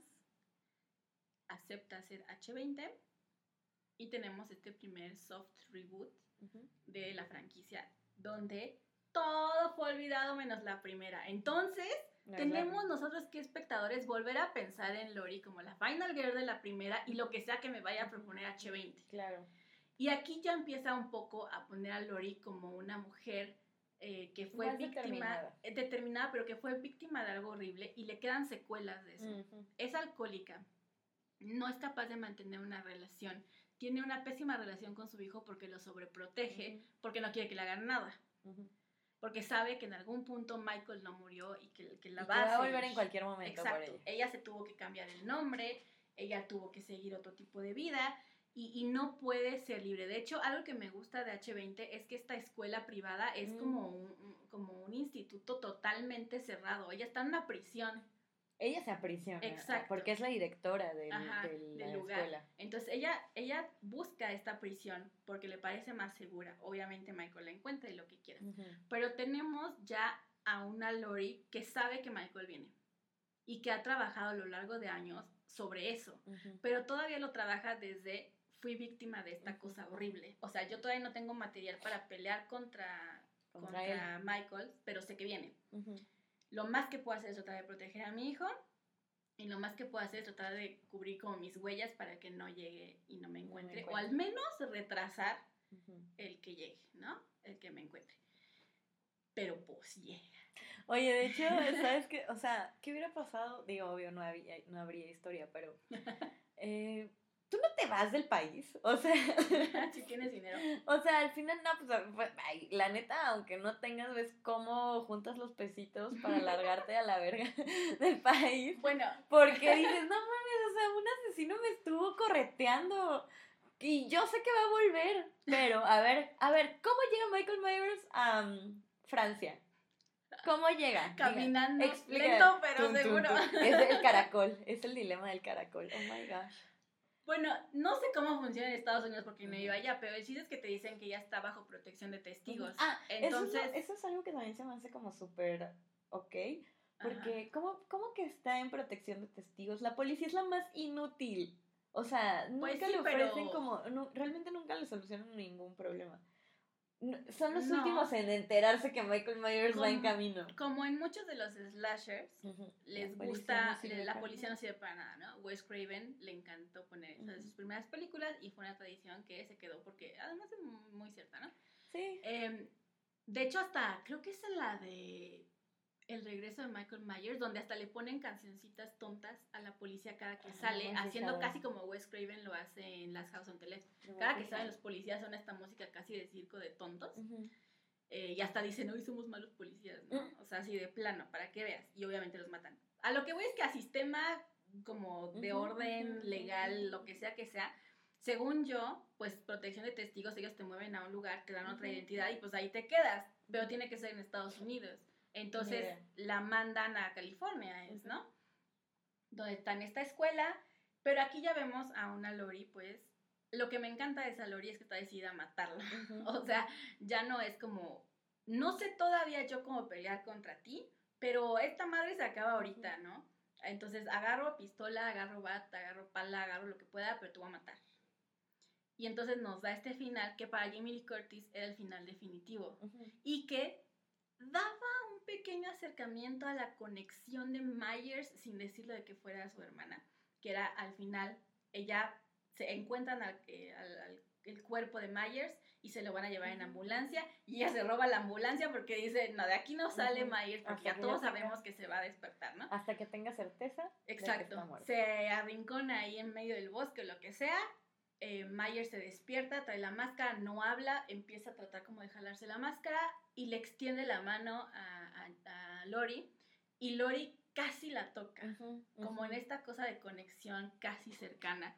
Acepta hacer hache veinte. Y tenemos este primer soft reboot uh-huh. de la franquicia, donde todo fue olvidado menos la primera. Entonces, no, tenemos claro. nosotros que espectadores volver a pensar en Lori como la Final Girl de la primera y lo que sea que me vaya a proponer hache veinte. Claro. Y aquí ya empieza un poco a poner a Lori como una mujer eh, que fue Más víctima, determinada. Eh, determinada, pero que fue víctima de algo horrible y le quedan secuelas de eso. Uh-huh. Es alcohólica. no es capaz de mantener una relación. Tiene una pésima relación con su hijo porque lo sobreprotege, uh-huh. porque no quiere que le hagan nada. Uh-huh. Porque sabe que en algún punto Michael no murió y que, que la y va, que a, va a volver en cualquier momento. Exacto. Por ella. ella se tuvo que cambiar el nombre, ella tuvo que seguir otro tipo de vida y, y no puede ser libre. De hecho, algo que me gusta de hache veinte es que esta escuela privada es mm. como, un, un, como un instituto totalmente cerrado. Ella está en una prisión. Ella se aprisiona. Exacto. Porque es la directora del, Ajá, de la del lugar. escuela. Entonces ella, ella busca esta prisión porque le parece más segura. Obviamente Michael la encuentra y lo que quiera. Uh-huh. Pero tenemos ya a una Lori que sabe que Michael viene y que ha trabajado a lo largo de años sobre eso. Uh-huh. Pero todavía lo trabaja desde fui víctima de esta uh-huh. cosa horrible. O sea, yo todavía no tengo material para pelear contra, contra, contra Michael, pero sé que viene. Uh-huh. Lo más que puedo hacer es tratar de proteger a mi hijo y lo más que puedo hacer es tratar de cubrir como mis huellas para que no llegue y no me encuentre, no me encuentre. O al menos retrasar uh-huh. el que llegue, ¿no? El que me encuentre. Pero pues llega. Yeah. Oye, de hecho, ¿sabes qué? O sea, ¿qué hubiera pasado? Digo, obvio, no habría, no habría historia, pero... Eh, ¿tú no te vas del país? O sea... si tienes dinero. O sea, al final, no, pues, ay, la neta, aunque no tengas, ves cómo juntas los pesitos para largarte a la verga del país. Bueno. Porque dices, no mames, o sea, un asesino me estuvo correteando y yo sé que va a volver. Pero, a ver, a ver, ¿cómo llega Michael Myers a um, Francia? ¿Cómo llega? Caminando, Diga, lento, pero tum, seguro. Tum, tum. Es el caracol, es el dilema del caracol. Oh my gosh. Bueno, no sé cómo funciona en Estados Unidos porque no iba allá, pero el chiste es que te dicen que ya está bajo protección de testigos. Ah, entonces... Eso es, eso es algo que también se me hace como súper ok, porque ¿cómo, ¿cómo que está en protección de testigos? La policía es la más inútil. O sea, nunca pues sí, le ofrecen pero... como... No, realmente nunca le solucionan ningún problema. No, son los no. últimos en enterarse que Michael Myers como, va en camino. Como en muchos de los slashers, uh-huh. les la gusta, policía no la policía no sirve para nada, ¿no? Wes Craven le encantó poner uh-huh. sus primeras películas y fue una tradición que se quedó porque además es muy cierta, ¿no? Sí. Eh, de hecho, hasta creo que es en la de El regreso de Michael Myers, donde hasta le ponen cancioncitas tontas a la policía cada que sale, no, haciendo casi como Wes Craven lo hace en Last House on the Left. No, cada que salen los policías son esta música casi de circo de tontos. Uh-huh. Eh, y hasta dicen, hoy somos malos policías, ¿no? Uh-huh. O sea, así de plano, para que veas. Y obviamente los matan. A lo que voy es que a sistema como de uh-huh. orden uh-huh. legal, lo que sea que sea, según yo, pues protección de testigos, ellos te mueven a un lugar, te dan otra uh-huh. identidad y pues ahí te quedas. Pero tiene que ser en Estados Unidos. Entonces yeah. la mandan a California, ¿es, no? Donde está en esta escuela, pero aquí ya vemos a una Lori, pues, lo que me encanta de esa Lori es que está decidida a matarla. Uh-huh. O sea, ya no es como, no sé todavía yo cómo pelear contra ti, pero esta madre se acaba ahorita, ¿no? Entonces agarro pistola, agarro bat, agarro pala, agarro lo que pueda, pero te voy a matar. Y entonces nos da este final que para Jamie Lee Curtis era el final definitivo. Uh-huh. Y que daba un pequeño acercamiento a la conexión de Myers sin decirlo de que fuera su hermana, que era al final, ella se encuentran al, eh, al, al el cuerpo de Myers y se lo van a llevar en ambulancia y ella se roba la ambulancia porque dice, no, de aquí no sale uh-huh. Myers porque hasta ya todos ya sabemos tenga, que se va a despertar, ¿no? Hasta que tenga certeza. Exacto, de que está se arrincona ahí en medio del bosque o lo que sea. Eh, Myers se despierta, trae la máscara, no habla, empieza a tratar como de jalarse la máscara y le extiende la mano a, a, a Lori y Lori casi la toca, uh-huh, uh-huh. como en esta cosa de conexión casi cercana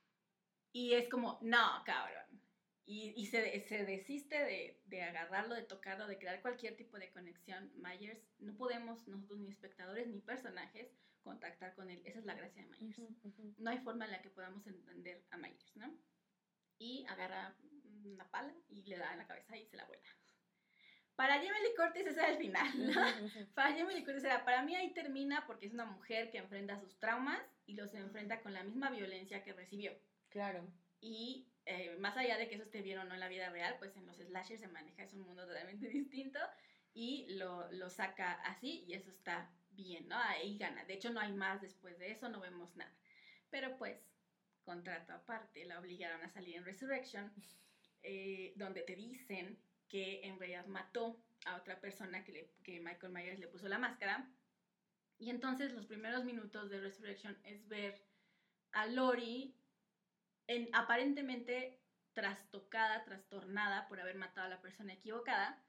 y es como, no, cabrón, y, y se, se desiste de, de agarrarlo, de tocarlo, de crear cualquier tipo de conexión. Myers, no podemos nosotros ni espectadores ni personajes contactar con él, esa es la gracia de Myers. Uh-huh, uh-huh. No hay forma en la que podamos entender a Myers, ¿no? Y agarra una pala y le da en la cabeza y se la vuela. Para Jamie Lee Curtis ese era el final, ¿no? Uh-huh, uh-huh. Para Jamie Lee Curtis era, para mí ahí termina porque es una mujer que enfrenta sus traumas y los enfrenta con la misma violencia que recibió. Claro. Y eh, más allá de que eso esté bien o no en la vida real, pues en los slashers se maneja, es un mundo totalmente distinto y lo, lo saca así y eso está bien, ¿no? Ahí gana. De hecho, no hay más después de eso, no vemos nada. Pero pues, contrato aparte, la obligaron a salir en Resurrection, eh, donde te dicen que en realidad mató a otra persona que, le, que Michael Myers le puso la máscara. Y entonces los primeros minutos de Resurrection es ver a Lori en, aparentemente trastocada, trastornada por haber matado a la persona equivocada,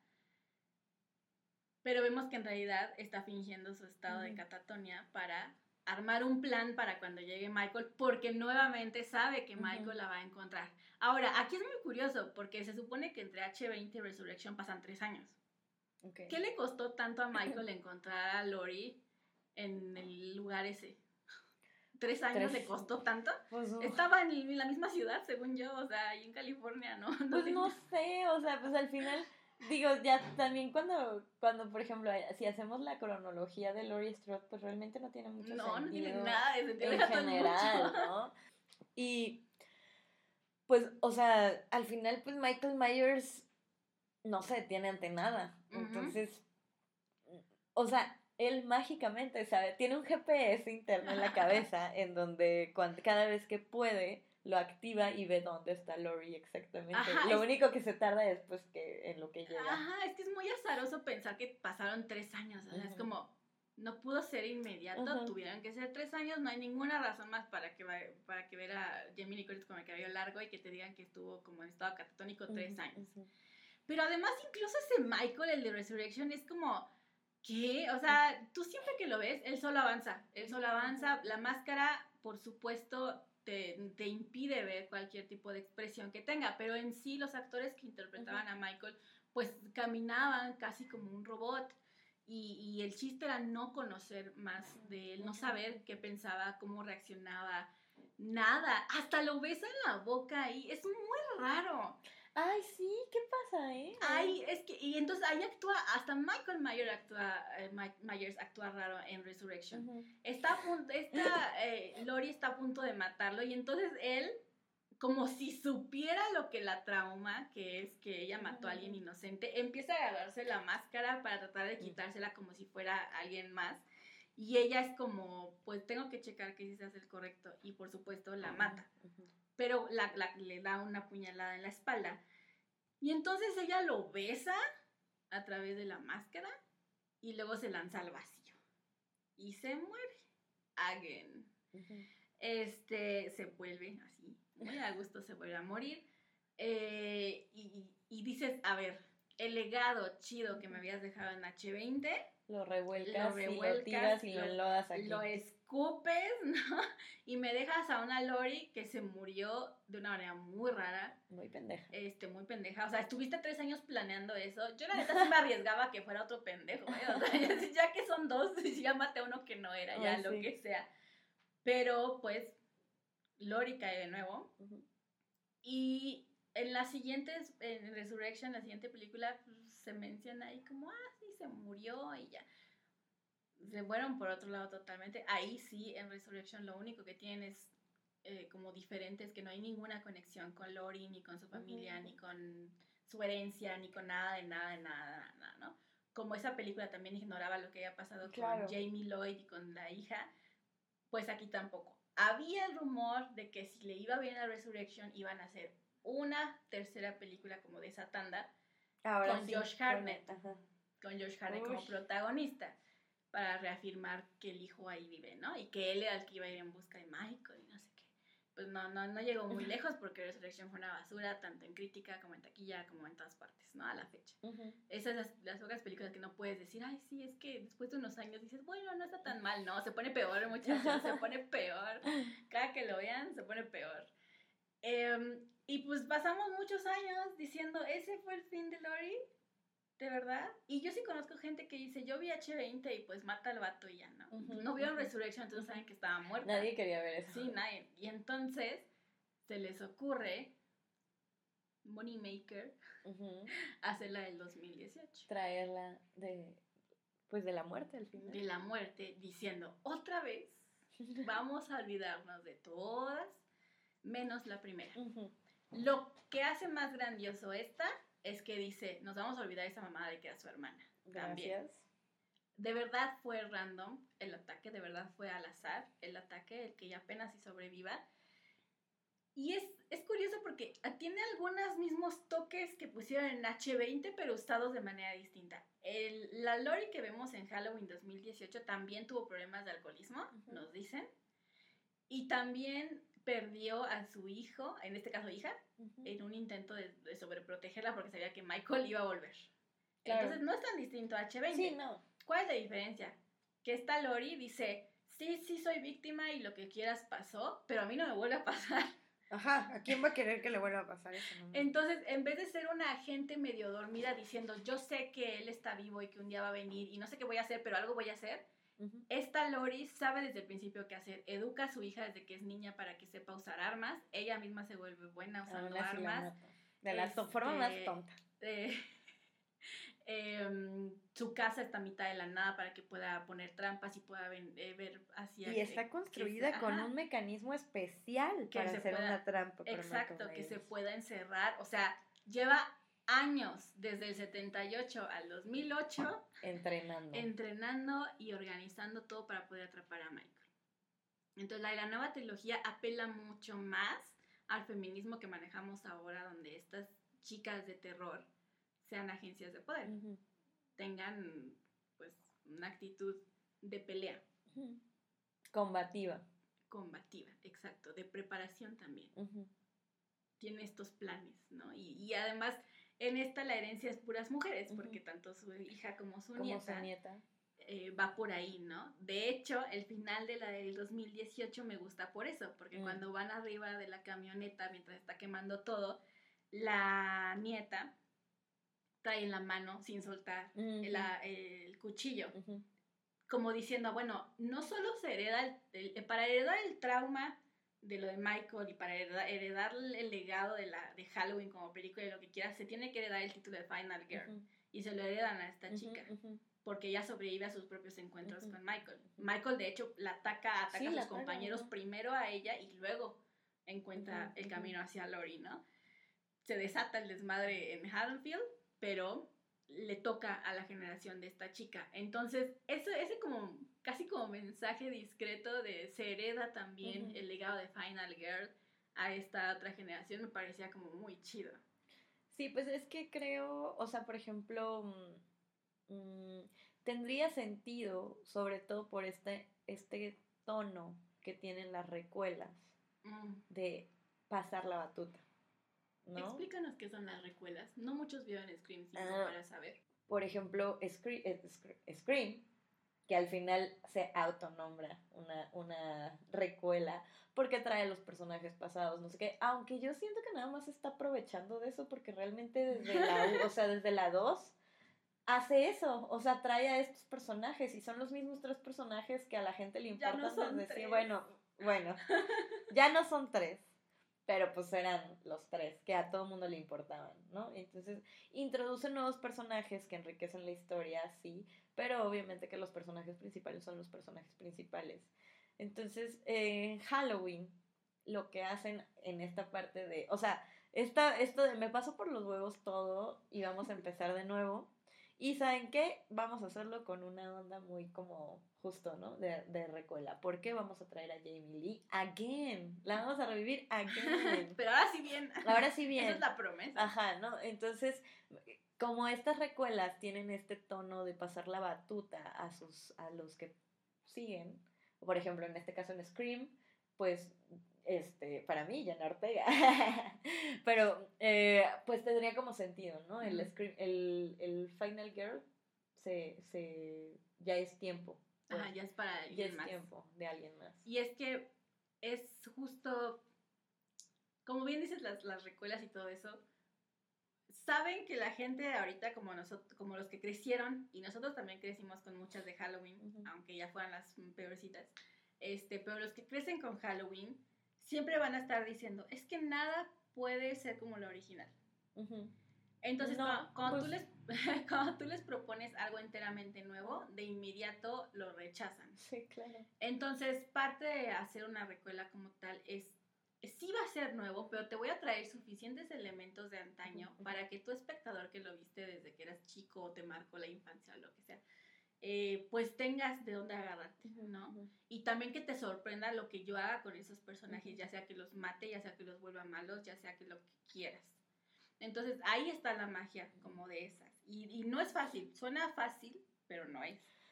pero vemos que en realidad está fingiendo su estado uh-huh. de catatonia para armar un plan para cuando llegue Michael, porque nuevamente sabe que Michael uh-huh. la va a encontrar. Ahora, aquí es muy curioso, porque se supone que entre H veinte y Resurrection pasan tres años. Okay. ¿Qué le costó tanto a Michael encontrar a Lori en el lugar ese? ¿Tres años ¿Tres? le costó tanto? Pues, no. Estaba en la misma ciudad, según yo, o sea, ahí en California, ¿no? no pues no sé, o sea, pues al final... Digo, ya también cuando, cuando, por ejemplo, si hacemos la cronología de Laurie Strode, pues realmente no tiene mucho no, sentido. No, no tiene nada de sentido. En general, mucho. ¿no? Y, pues, o sea, al final, pues, Michael Myers no se detiene ante nada. Uh-huh. Entonces, o sea, él mágicamente, ¿sabe? Tiene un G P S interno en la cabeza en donde cuando, cada vez que puede... lo activa y ve dónde está Lori exactamente. Ajá, lo es... único que se tarda es pues que en lo que llega. Ajá, es que es muy azaroso pensar que pasaron tres años, o sea, uh-huh. es como, no pudo ser inmediato, uh-huh. tuvieron que ser tres años, no hay ninguna razón más para que para que ver a Jamie Lee Curtis con el cabello largo y que te digan que estuvo como en estado catatónico uh-huh. tres años. Uh-huh. Pero además incluso ese Michael, el de Resurrection, es como... ¿Qué? O sea, tú siempre que lo ves, él solo avanza, él solo avanza, la máscara, por supuesto... Te, te impide ver cualquier tipo de expresión que tenga, pero en sí los actores que interpretaban uh-huh. a Michael pues caminaban casi como un robot y, y el chiste era no conocer más de él, no saber qué pensaba, cómo reaccionaba, nada, hasta lo besa en la boca y es muy raro. Ay, sí, ¿qué pasa, eh? Ay, es que, y entonces ahí actúa, hasta Michael Myers actúa, eh, Mike Myers actúa raro en Resurrection. Uh-huh. Está a punto, esta, eh, Lori está a punto de matarlo, y entonces él, como si supiera lo que la trauma, que es que ella mató uh-huh. a alguien inocente, empieza a agarrarse la máscara para tratar de quitársela como si fuera alguien más, y ella es como, pues tengo que checar que sí se hace el correcto, y por supuesto la mata. Uh-huh. Pero la, la, le da una puñalada en la espalda. Y entonces ella lo besa a través de la máscara y luego se lanza al vacío. Y se muere. Again. Uh-huh. Este, se vuelve así, muy a gusto se vuelve a morir. Eh, y, y dices, a ver, el legado chido que me habías dejado en H veinte... Lo revuelcas, lo revuelcas, y lo tiras y lo enlodas aquí. Lo escupes, ¿no? Y me dejas a una Lori que se murió de una manera muy rara. Muy pendeja. Este, muy pendeja. O sea, estuviste tres años planeando eso. Yo la neta sí me arriesgaba a que fuera otro pendejo, ¿eh? O sea, ya que son dos, ya maté a uno que no era, ya oh, lo sí. que sea. Pero, pues, Lori cae de nuevo. Uh-huh. Y en las siguientes, en Resurrection, la siguiente película, pues, se menciona ahí como, ah, sí, se murió y ya. Se fueron por otro lado totalmente. Ahí sí, en Resurrection, lo único que tienen es eh, como diferente, es que no hay ninguna conexión con Lori, ni con su familia, uh-huh. ni con su herencia, ni con nada, de nada, de nada, nada, nada, ¿no? Como esa película también ignoraba lo que había pasado claro. con Jamie Lloyd y con la hija, pues aquí tampoco. Había el rumor de que si le iba bien a Resurrection, iban a hacer una tercera película como de esa tanda, Ahora con sí, Josh Hartnett, con, con Josh Hartnett como protagonista, para reafirmar que el hijo ahí vive, ¿no? Y que él era el que iba a ir en busca de Michael y no sé qué. Pues no, no, no llegó muy lejos porque Resurrection fue una basura, tanto en crítica como en taquilla, como en todas partes, ¿no? A la fecha. Uh-huh. Esas las, las pocas películas que no puedes decir, ay, sí, es que después de unos años dices, bueno, no está tan mal, no, se pone peor, muchachos, se pone peor. Cada que lo vean, se pone peor. Eh, y pues pasamos muchos años diciendo, ¿ese fue el fin de Lori? ¿De verdad? Y yo sí conozco gente que dice, yo vi H veinte y pues mata al vato y ya, ¿no? Uh-huh, no vieron uh-huh. Resurrection, entonces uh-huh. saben que estaba muerta. Nadie quería ver eso. Sí, nadie. Y entonces se les ocurre, Moneymaker, uh-huh. hacerla del dos mil dieciocho. Traerla de, pues de la muerte al final. De la muerte, diciendo, otra vez, vamos a olvidarnos de todas, menos la primera. Uh-huh. Lo que hace más grandioso esta es que dice, nos vamos a olvidar de esa mamada de que era su hermana. Gracias. También. De verdad fue random el ataque, de verdad fue al azar el ataque, el que ella apenas si sobreviva. Y es, es curioso porque tiene algunos mismos toques que pusieron en H veinte, pero usados de manera distinta. El, la Lori que vemos en Halloween dos mil dieciocho también tuvo problemas de alcoholismo, uh-huh. nos dicen. Y también perdió a su hijo, en este caso hija, uh-huh. en un intento de, de sobreprotegerla porque sabía que Michael iba a volver. Claro. Entonces no es tan distinto a H veinte. Sí, no. ¿Cuál es la diferencia? Que esta Lori dice, sí, sí soy víctima y lo que quieras pasó, pero a mí no me vuelve a pasar. Ajá, ¿a quién va a querer que le vuelva a pasar eso? No? Entonces, en vez de ser una agente medio dormida diciendo, yo sé que él está vivo y que un día va a venir y no sé qué voy a hacer, pero algo voy a hacer, uh-huh. esta Lori sabe desde el principio qué hacer. Educa a su hija desde que es niña para que sepa usar armas. Ella misma se vuelve buena usando ah, armas. De la este, forma más tonta. Eh, eh, su casa está a mitad de la nada para que pueda poner trampas y pueda ven, eh, ver hacia... Y está construida que, con ajá, un mecanismo especial que para hacer pueda, una trampa. Exacto, que se pueda encerrar. O sea, lleva años, desde el setenta y ocho al dos mil ocho, entrenando. Entrenando y organizando todo para poder atrapar a Michael. Entonces, la, la nueva trilogía apela mucho más al feminismo que manejamos ahora, donde estas chicas de terror sean agencias de poder, uh-huh. tengan pues una actitud de pelea. Uh-huh. Combativa. Combativa, exacto, de preparación también. Uh-huh. Tiene estos planes, ¿no? Y, y además, en esta la herencia es puras mujeres, uh-huh. porque tanto su hija como su como nieta, su nieta. Eh, va por ahí, ¿no? De hecho, el final de la del dos mil dieciocho me gusta por eso, porque uh-huh. cuando van arriba de la camioneta mientras está quemando todo, la nieta trae en la mano, sin soltar, uh-huh. el, el cuchillo. Uh-huh. Como diciendo, bueno, no solo se hereda, el, el, para heredar el trauma de lo de Michael y para heredar, heredar el legado de, la, de Halloween como película y lo que quieras, se tiene que heredar el título de Final Girl. Uh-huh. Y se lo heredan a esta uh-huh, chica. Uh-huh. Porque ella sobrevive a sus propios encuentros uh-huh. con Michael. Michael, de hecho, la ataca, ataca sí, a sus compañeros ataca, primero a ella y luego encuentra uh-huh. el camino hacia Lori, ¿no? Se desata el desmadre en Haddonfield, pero le toca a la generación de esta chica. Entonces, eso, ese como, casi como mensaje discreto de se hereda también uh-huh. el legado de Final Girl a esta otra generación, me parecía como muy chido. Sí, pues es que creo, o sea, por ejemplo, mmm, tendría sentido, sobre todo por este, este tono que tienen las recuelas, mm. de pasar la batuta. ¿No? Explícanos qué son las recuelas. No muchos vieron Scream cinco uh, para saber. Por ejemplo, Scream, Scream, que al final se autonombra una, una recuela porque trae a los personajes pasados, no sé qué. Aunque yo siento que nada más está aprovechando de eso porque realmente desde la, o sea, desde la dos hace eso. O sea, trae a estos personajes y son los mismos tres personajes que a la gente le importan. Ya no son desde tres. Sí, bueno, bueno, ya no son tres. Pero pues eran los tres que a todo mundo le importaban, ¿no? Entonces introducen nuevos personajes que enriquecen la historia, sí, pero obviamente que los personajes principales son los personajes principales. Entonces, en eh, Halloween, lo que hacen en esta parte de, o sea, esta, esto de me paso por los huevos todo y vamos a empezar de nuevo. Y ¿saben qué? Vamos a hacerlo con una onda muy como justo, ¿no? De, de recuela. ¿Por qué vamos a traer a Jamie Lee again? La vamos a revivir again. Pero ahora sí bien. Ahora sí bien. Esa es la promesa. Ajá, ¿no? Entonces, como estas recuelas tienen este tono de pasar la batuta a, sus, a los que siguen, por ejemplo, en este caso en Scream, pues... Este, para mí, Jenna Ortega. Pero, eh, pues tendría como sentido, ¿no? El, screen, el, el Final Girl se, se, ya es tiempo. Pues, Ajá, ya es para alguien ya es más. tiempo de alguien más. Y es que es justo, como bien dices, las, las recuelas y todo eso, saben que la gente ahorita, como nosotros, como los que crecieron, y nosotros también crecimos con muchas de Halloween, uh-huh. aunque ya fueran las peorcitas, este, pero los que crecen con Halloween siempre van a estar diciendo, es que nada puede ser como lo original. Uh-huh. Entonces, no, cuando, cuando, pues... tú les, cuando tú les propones algo enteramente nuevo, de inmediato lo rechazan. Sí, claro. Entonces, parte de hacer una recuela como tal es, sí va a ser nuevo, pero te voy a traer suficientes elementos de antaño uh-huh. para que tu espectador que lo viste desde que eras chico o te marcó la infancia o lo que sea, Eh, pues tengas de dónde agarrarte, ¿no? Uh-huh. Y también que te sorprenda lo que yo haga con esos personajes, uh-huh. ya sea que los mate, ya sea que los vuelva malos, ya sea que lo que quieras. Entonces, ahí está la magia como de esas. Y, y no es fácil, suena fácil, pero no es.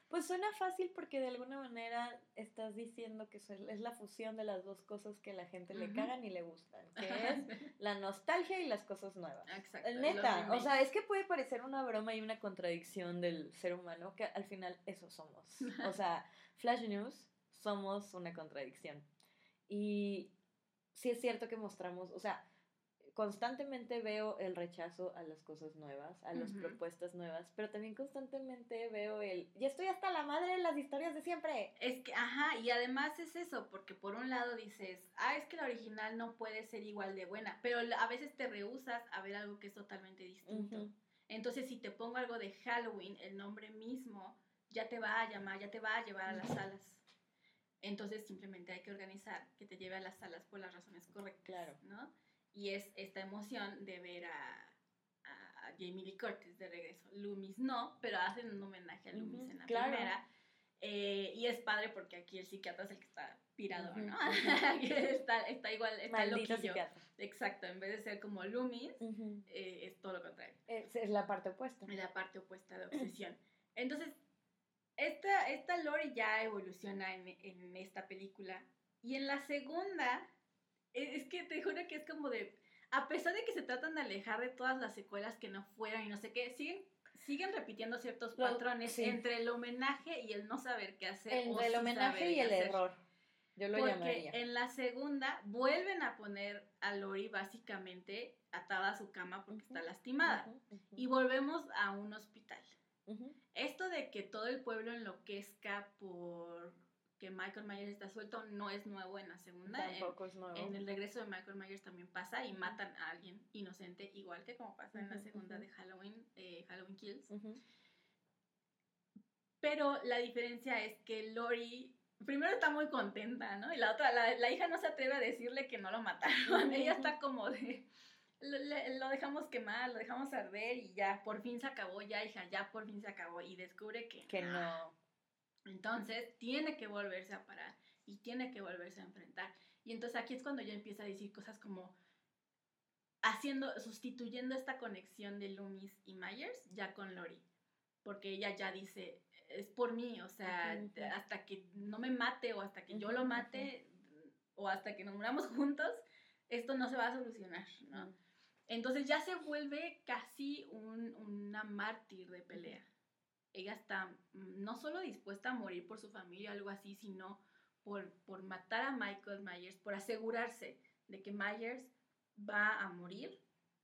Pues suena fácil porque de alguna manera estás diciendo que es la fusión de las dos cosas que a la gente uh-huh. le cagan y le gustan, que es la nostalgia y las cosas nuevas. Exacto. Neta, o sea, es que puede parecer una broma y una contradicción del ser humano, que al final eso somos. O sea, Flash News somos una contradicción. Y sí es cierto que mostramos, o sea, constantemente veo el rechazo a las cosas nuevas, a las uh-huh. propuestas nuevas, pero también constantemente veo el, ya estoy hasta la madre de las historias de siempre. Es que, ajá, y además es eso, porque por un lado dices, ah, es que la original no puede ser igual de buena, pero a veces te rehusas a ver algo que es totalmente distinto. Uh-huh. Entonces, si te pongo algo de Halloween, el nombre mismo ya te va a llamar, ya te va a llevar a las salas. Entonces, simplemente hay que organizar que te lleve a las salas por las razones correctas, claro, ¿no? Y es esta emoción de ver a, a, a Jamie Lee Curtis de regreso. Loomis no, pero hacen un homenaje a Loomis uh-huh, en la claro. primera. Eh, y es padre porque aquí el psiquiatra es el que está pirado, uh-huh, ¿no? Uh-huh. está, está igual, está Maldito loquillo. Psiquiatra. Exacto, en vez de ser como Loomis, uh-huh. eh, es todo lo contrario. Es, es la parte opuesta. Es la parte opuesta de obsesión. Entonces, esta, esta Lori ya evoluciona en, en esta película. Y en la segunda... Es que te juro que es como de... A pesar de que se tratan de alejar de todas las secuelas que no fueron y no sé qué, siguen, siguen repitiendo ciertos Lo, patrones sí. entre el homenaje y el no saber qué hacer. Entre el homenaje y el hacer. error. Yo lo Porque llamaría. En la segunda vuelven a poner a Lori básicamente atada a su cama porque uh-huh, está lastimada. Uh-huh, uh-huh. Y volvemos a un hospital. Uh-huh. Esto de que todo el pueblo enloquezca por... que Michael Myers está suelto no es nuevo en la segunda. Tampoco en, es nuevo. En el regreso de Michael Myers también pasa y matan a alguien inocente, igual que como pasa uh-huh, en la segunda uh-huh. de Halloween, eh, Halloween Kills. Uh-huh. Pero la diferencia es que Lori, primero está muy contenta, ¿no? Y la otra, la, la hija no se atreve a decirle que no lo mataron. Uh-huh. Ella está como de... Lo, lo dejamos quemar, lo dejamos arder y ya, por fin se acabó, ya hija, ya por fin se acabó. Y descubre que... Que no... no. Entonces, tiene que volverse a parar y tiene que volverse a enfrentar. Y entonces aquí es cuando ella empieza a decir cosas como haciendo, sustituyendo esta conexión de Loomis y Myers ya con Lori. Porque ella ya dice, es por mí, o sea, uh-huh. hasta que no me mate o hasta que uh-huh. yo lo mate uh-huh. o hasta que nos muramos juntos, esto no se va a solucionar, ¿no? Uh-huh. Entonces ya se vuelve casi un, una mártir de pelea. Ella está no solo dispuesta a morir por su familia o algo así, sino por, por matar a Michael Myers, por asegurarse de que Myers va a morir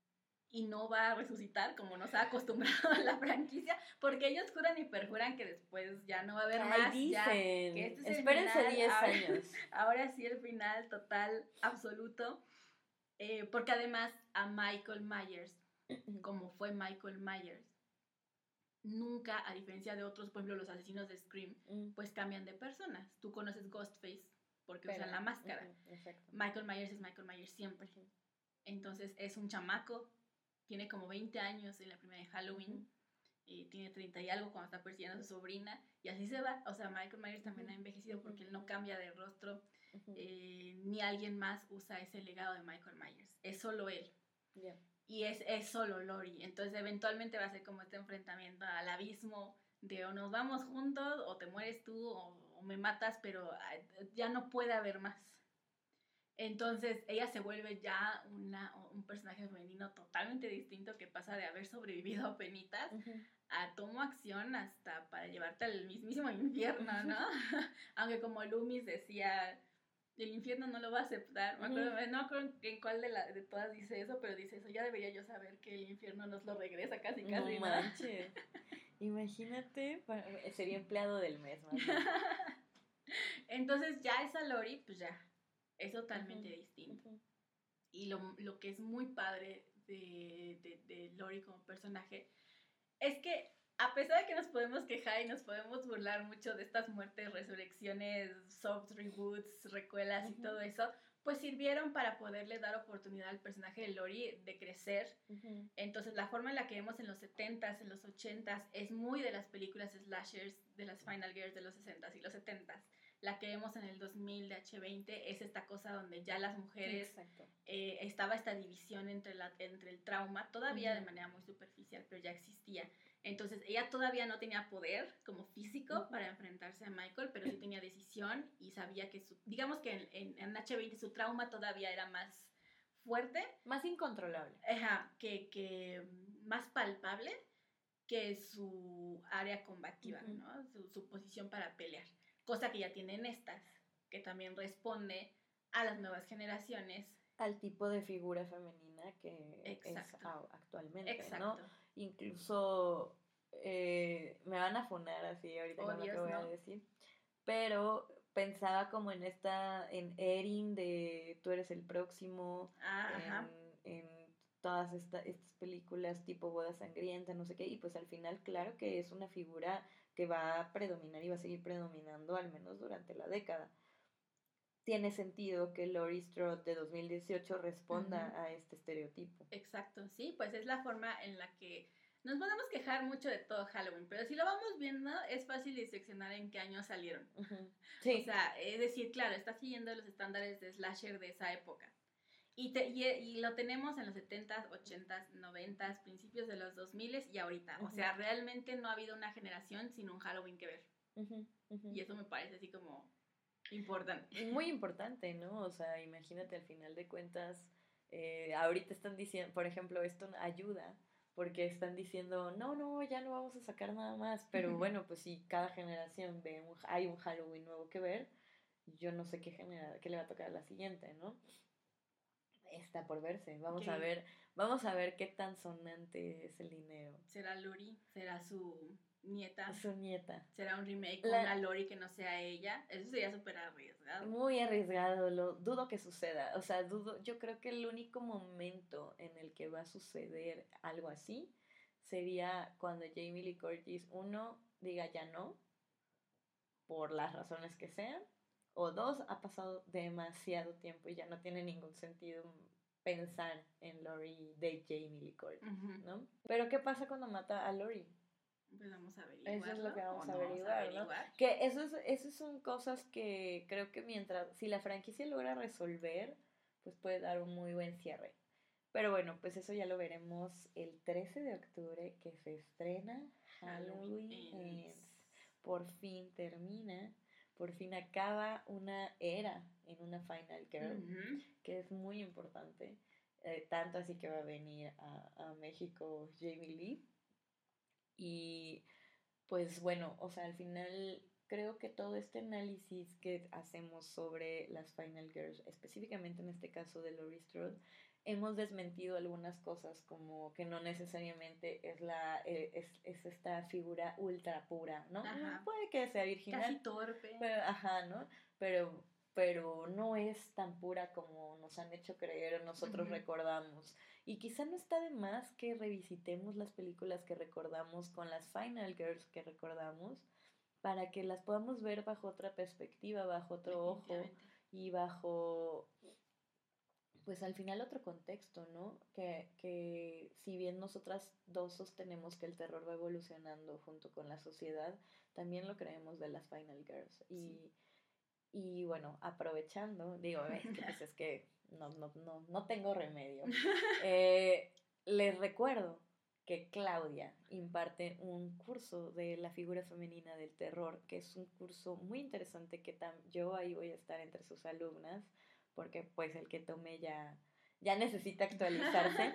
y no va a resucitar como nos ha acostumbrado a la franquicia, porque ellos juran y perjuran que después ya no va a haber Ay, más. Dicen. Ya, que este es Espérense diez ahora, años. Ahora sí el final total, absoluto, eh, porque además a Michael Myers, como fue Michael Myers, nunca, a diferencia de otros, por ejemplo, los asesinos de Scream, mm. pues cambian de personas. Tú conoces Ghostface porque Pero, usan la máscara. Uh-huh, Michael Myers es Michael Myers siempre. Uh-huh. Entonces, es un chamaco, tiene como veinte años en la primera de Halloween, uh-huh. y tiene treinta y algo cuando está persiguiendo a su sobrina, y así se va. O sea, Michael Myers también uh-huh. ha envejecido porque uh-huh. él no cambia de rostro, uh-huh. eh, ni alguien más usa ese legado de Michael Myers. Es solo él. Yeah. Y es, es solo Lori. Entonces eventualmente va a ser como este enfrentamiento al abismo de o nos vamos juntos o te mueres tú o, o me matas, pero ya no puede haber más. Entonces ella se vuelve ya una, un personaje femenino totalmente distinto que pasa de haber sobrevivido a penitas uh-huh. a tomo acción hasta para llevarte al mismísimo infierno, ¿no? Aunque como Loomis decía... El infierno no lo va a aceptar. Me acuerdo, no me acuerdo en cuál de, la, de todas dice eso, pero dice eso. Ya debería yo saber que el infierno nos lo regresa casi, casi. No manches. Imagínate, sería empleado del mes, más bien. Entonces ya esa Lori, pues ya, es totalmente uh-huh. distinto. Uh-huh. Y lo, lo que es muy padre de, de, de Lori como personaje es que a pesar de que nos podemos quejar y nos podemos burlar mucho de estas muertes, resurrecciones, soft reboots, recuelas uh-huh. y todo eso, pues sirvieron para poderle dar oportunidad al personaje de Lori de crecer. Uh-huh. Entonces la forma en la que vemos en los setentas, en los ochentas, es muy de las películas slashers, de las Final Girls de los sesentas y los setentas. La que vemos en el dos mil de hache veinte es esta cosa donde ya las mujeres, eh, estaba esta división entre, la, entre el trauma, todavía uh-huh. de manera muy superficial, pero ya existía, Entonces, ella todavía no tenía poder como físico Uh-huh. para enfrentarse a Michael, pero sí tenía decisión y sabía que, su, digamos que en, en, en H veinte su trauma todavía era más fuerte. Más incontrolable. Ajá, que, que más palpable que su área combativa, uh-huh. ¿no? Su, su posición para pelear. Cosa que ya tienen estas, que también responde a las nuevas generaciones. Al tipo de figura femenina que Exacto. es actualmente, Exacto. ¿no? Incluso eh, me van a funar así ahorita oh, con Dios, lo que voy no. a decir, pero pensaba como en esta, en Erin de Tú eres el próximo, ah, en, en todas esta, estas películas tipo Boda Sangrienta, no sé qué, y pues al final claro que es una figura que va a predominar y va a seguir predominando al menos durante la década. Tiene sentido que Laurie Strode de dos mil dieciocho responda uh-huh. a este estereotipo. Exacto, sí, pues es la forma en la que nos podemos quejar mucho de todo Halloween, pero si lo vamos viendo es fácil diseccionar en qué año salieron. Uh-huh. Sí. O sea, es decir, claro, está siguiendo los estándares de slasher de esa época. Y, te, y, y lo tenemos en los setentas, ochentas, noventas, principios de los dos miles y ahorita. Uh-huh. O sea, realmente no ha habido una generación sin un Halloween que ver. Uh-huh. Uh-huh. Y eso me parece así como importante. Muy importante, ¿no? O sea, imagínate al final de cuentas, eh, ahorita están diciendo, por ejemplo, esto ayuda, porque están diciendo, no, no, ya no vamos a sacar nada más, pero bueno, pues si cada generación ve, un, hay un Halloween nuevo que ver, yo no sé qué, genera, qué le va a tocar a la siguiente, ¿no? Está por verse, vamos okay. a ver, vamos a ver qué tan sonante es el dinero. ¿Será Laurie? ¿Será su nieta? Su nieta. ¿Será un remake con la... una Laurie que no sea ella? Eso sería súper arriesgado. Muy arriesgado, lo dudo que suceda. O sea, dudo, yo creo que el único momento en el que va a suceder algo así sería cuando Jamie Lee Curtis, uno, diga ya no, por las razones que sean, o dos, ha pasado demasiado tiempo y ya no tiene ningún sentido pensar en Laurie de Jamie Lee Curtis, uh-huh. ¿no? Pero ¿qué pasa cuando mata a Laurie? Pues vamos a averiguar. Eso es lo que vamos a no averiguar, vamos a averiguar, ¿no? Que eso es, eso son cosas que creo que mientras, si la franquicia logra resolver, pues puede dar un muy buen cierre. Pero bueno, pues eso ya lo veremos el trece de octubre, que se estrena Halloween Ends. Por fin termina, por fin acaba una era en una Final Girl, uh-huh. que es muy importante. Eh, tanto así que va a venir a, a México Jamie Lee. Y pues bueno, o sea, al final creo que todo este análisis que hacemos sobre las Final Girls, específicamente en este caso de Laurie Strode, hemos desmentido algunas cosas como que no necesariamente es la eh, es, es esta figura ultra pura, ¿no? Ajá. Puede que sea virginal. Casi torpe. Pero, ajá, ¿no? Pero, pero no es tan pura como nos han hecho creer o nosotros uh-huh. recordamos. Y quizá no está de más que revisitemos las películas que recordamos con las Final Girls que recordamos para que las podamos ver bajo otra perspectiva, bajo otro ojo y bajo, pues al final otro contexto, ¿no? Que, que si bien nosotras dos sostenemos que el terror va evolucionando junto con la sociedad, también lo creemos de las Final Girls. Y, sí. y bueno, aprovechando, digo, es que, pues es que no, no, no, no tengo remedio. Eh, les recuerdo que Claudia imparte un curso de la figura femenina del terror, que es un curso muy interesante que tam- yo ahí voy a estar entre sus alumnas, porque pues el que tome ya, ya necesita actualizarse.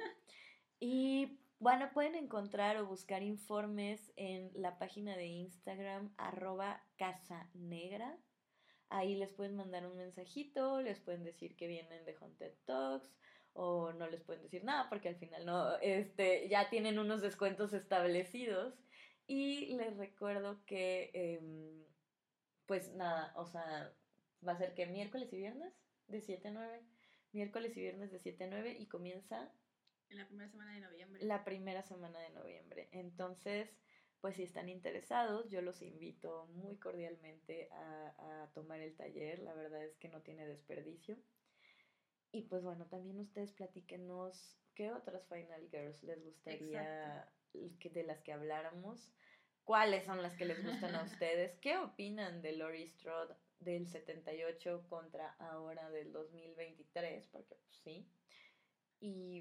Y bueno, pueden encontrar o buscar informes en la página de Instagram, arroba casanegra. Ahí les pueden mandar un mensajito, les pueden decir que vienen de Haunted Talks, o no les pueden decir nada porque al final no, este, ya tienen unos descuentos establecidos. Y les recuerdo que, eh, pues nada, o sea, va a ser que miércoles y viernes de siete a nueve, miércoles y viernes de siete a nueve y comienza... En la primera semana de noviembre. La primera semana de noviembre. Entonces, pues si están interesados, yo los invito muy cordialmente a, a tomar el taller. La verdad es que no tiene desperdicio. Y pues bueno, también ustedes platíquenos qué otras Final Girls les gustaría que, de las que habláramos. ¿Cuáles son las que les gustan a ustedes? ¿Qué opinan de Laurie Strode del setenta y ocho contra ahora del dos mil veintitrés? Porque pues sí. Y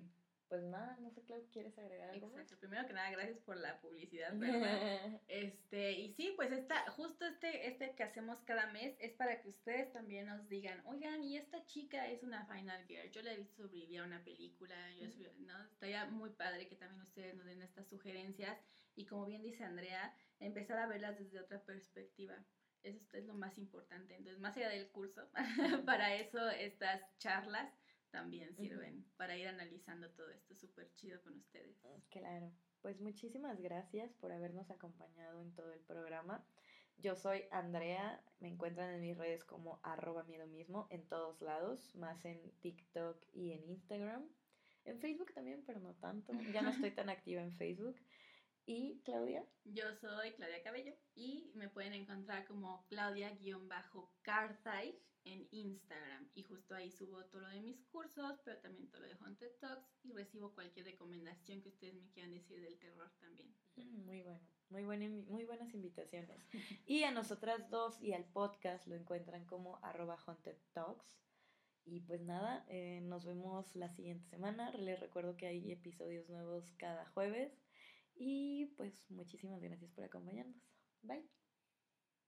pues nada, no sé, Clau, ¿quieres agregar algo Exacto. más? Primero que nada, gracias por la publicidad, ¿verdad? este, y sí, pues esta, justo este, este que hacemos cada mes es para que ustedes también nos digan, oigan, y esta chica es una Final Girl, yo la he visto sobrevivir a una película, yo he subido, ¿no? Estaría muy padre que también ustedes nos den estas sugerencias y como bien dice Andrea, empezar a verlas desde otra perspectiva. Eso es lo más importante. Entonces, más allá del curso, para eso estas charlas también sirven uh-huh. para ir analizando todo esto súper chido con ustedes. Claro, pues muchísimas gracias por habernos acompañado en todo el programa. Yo soy Andrea, me encuentran en mis redes como arroba miedo mismo en todos lados, más en TikTok y en Instagram. En Facebook también, pero no tanto. Ya no estoy tan activa en Facebook. ¿Y Claudia? Yo soy Claudia Cabello y me pueden encontrar como Claudia-Carthage en Instagram. Y justo ahí subo todo lo de mis cursos, pero también todo lo de Haunted Talks y recibo cualquier recomendación que ustedes me quieran decir del terror también. Muy bueno, muy, buen, muy buenas invitaciones. Y a nosotras dos y al podcast lo encuentran como arroba Haunted Talks. Y pues nada, eh, nos vemos la siguiente semana. Les recuerdo que hay episodios nuevos cada jueves. Y pues muchísimas gracias por acompañarnos. Bye.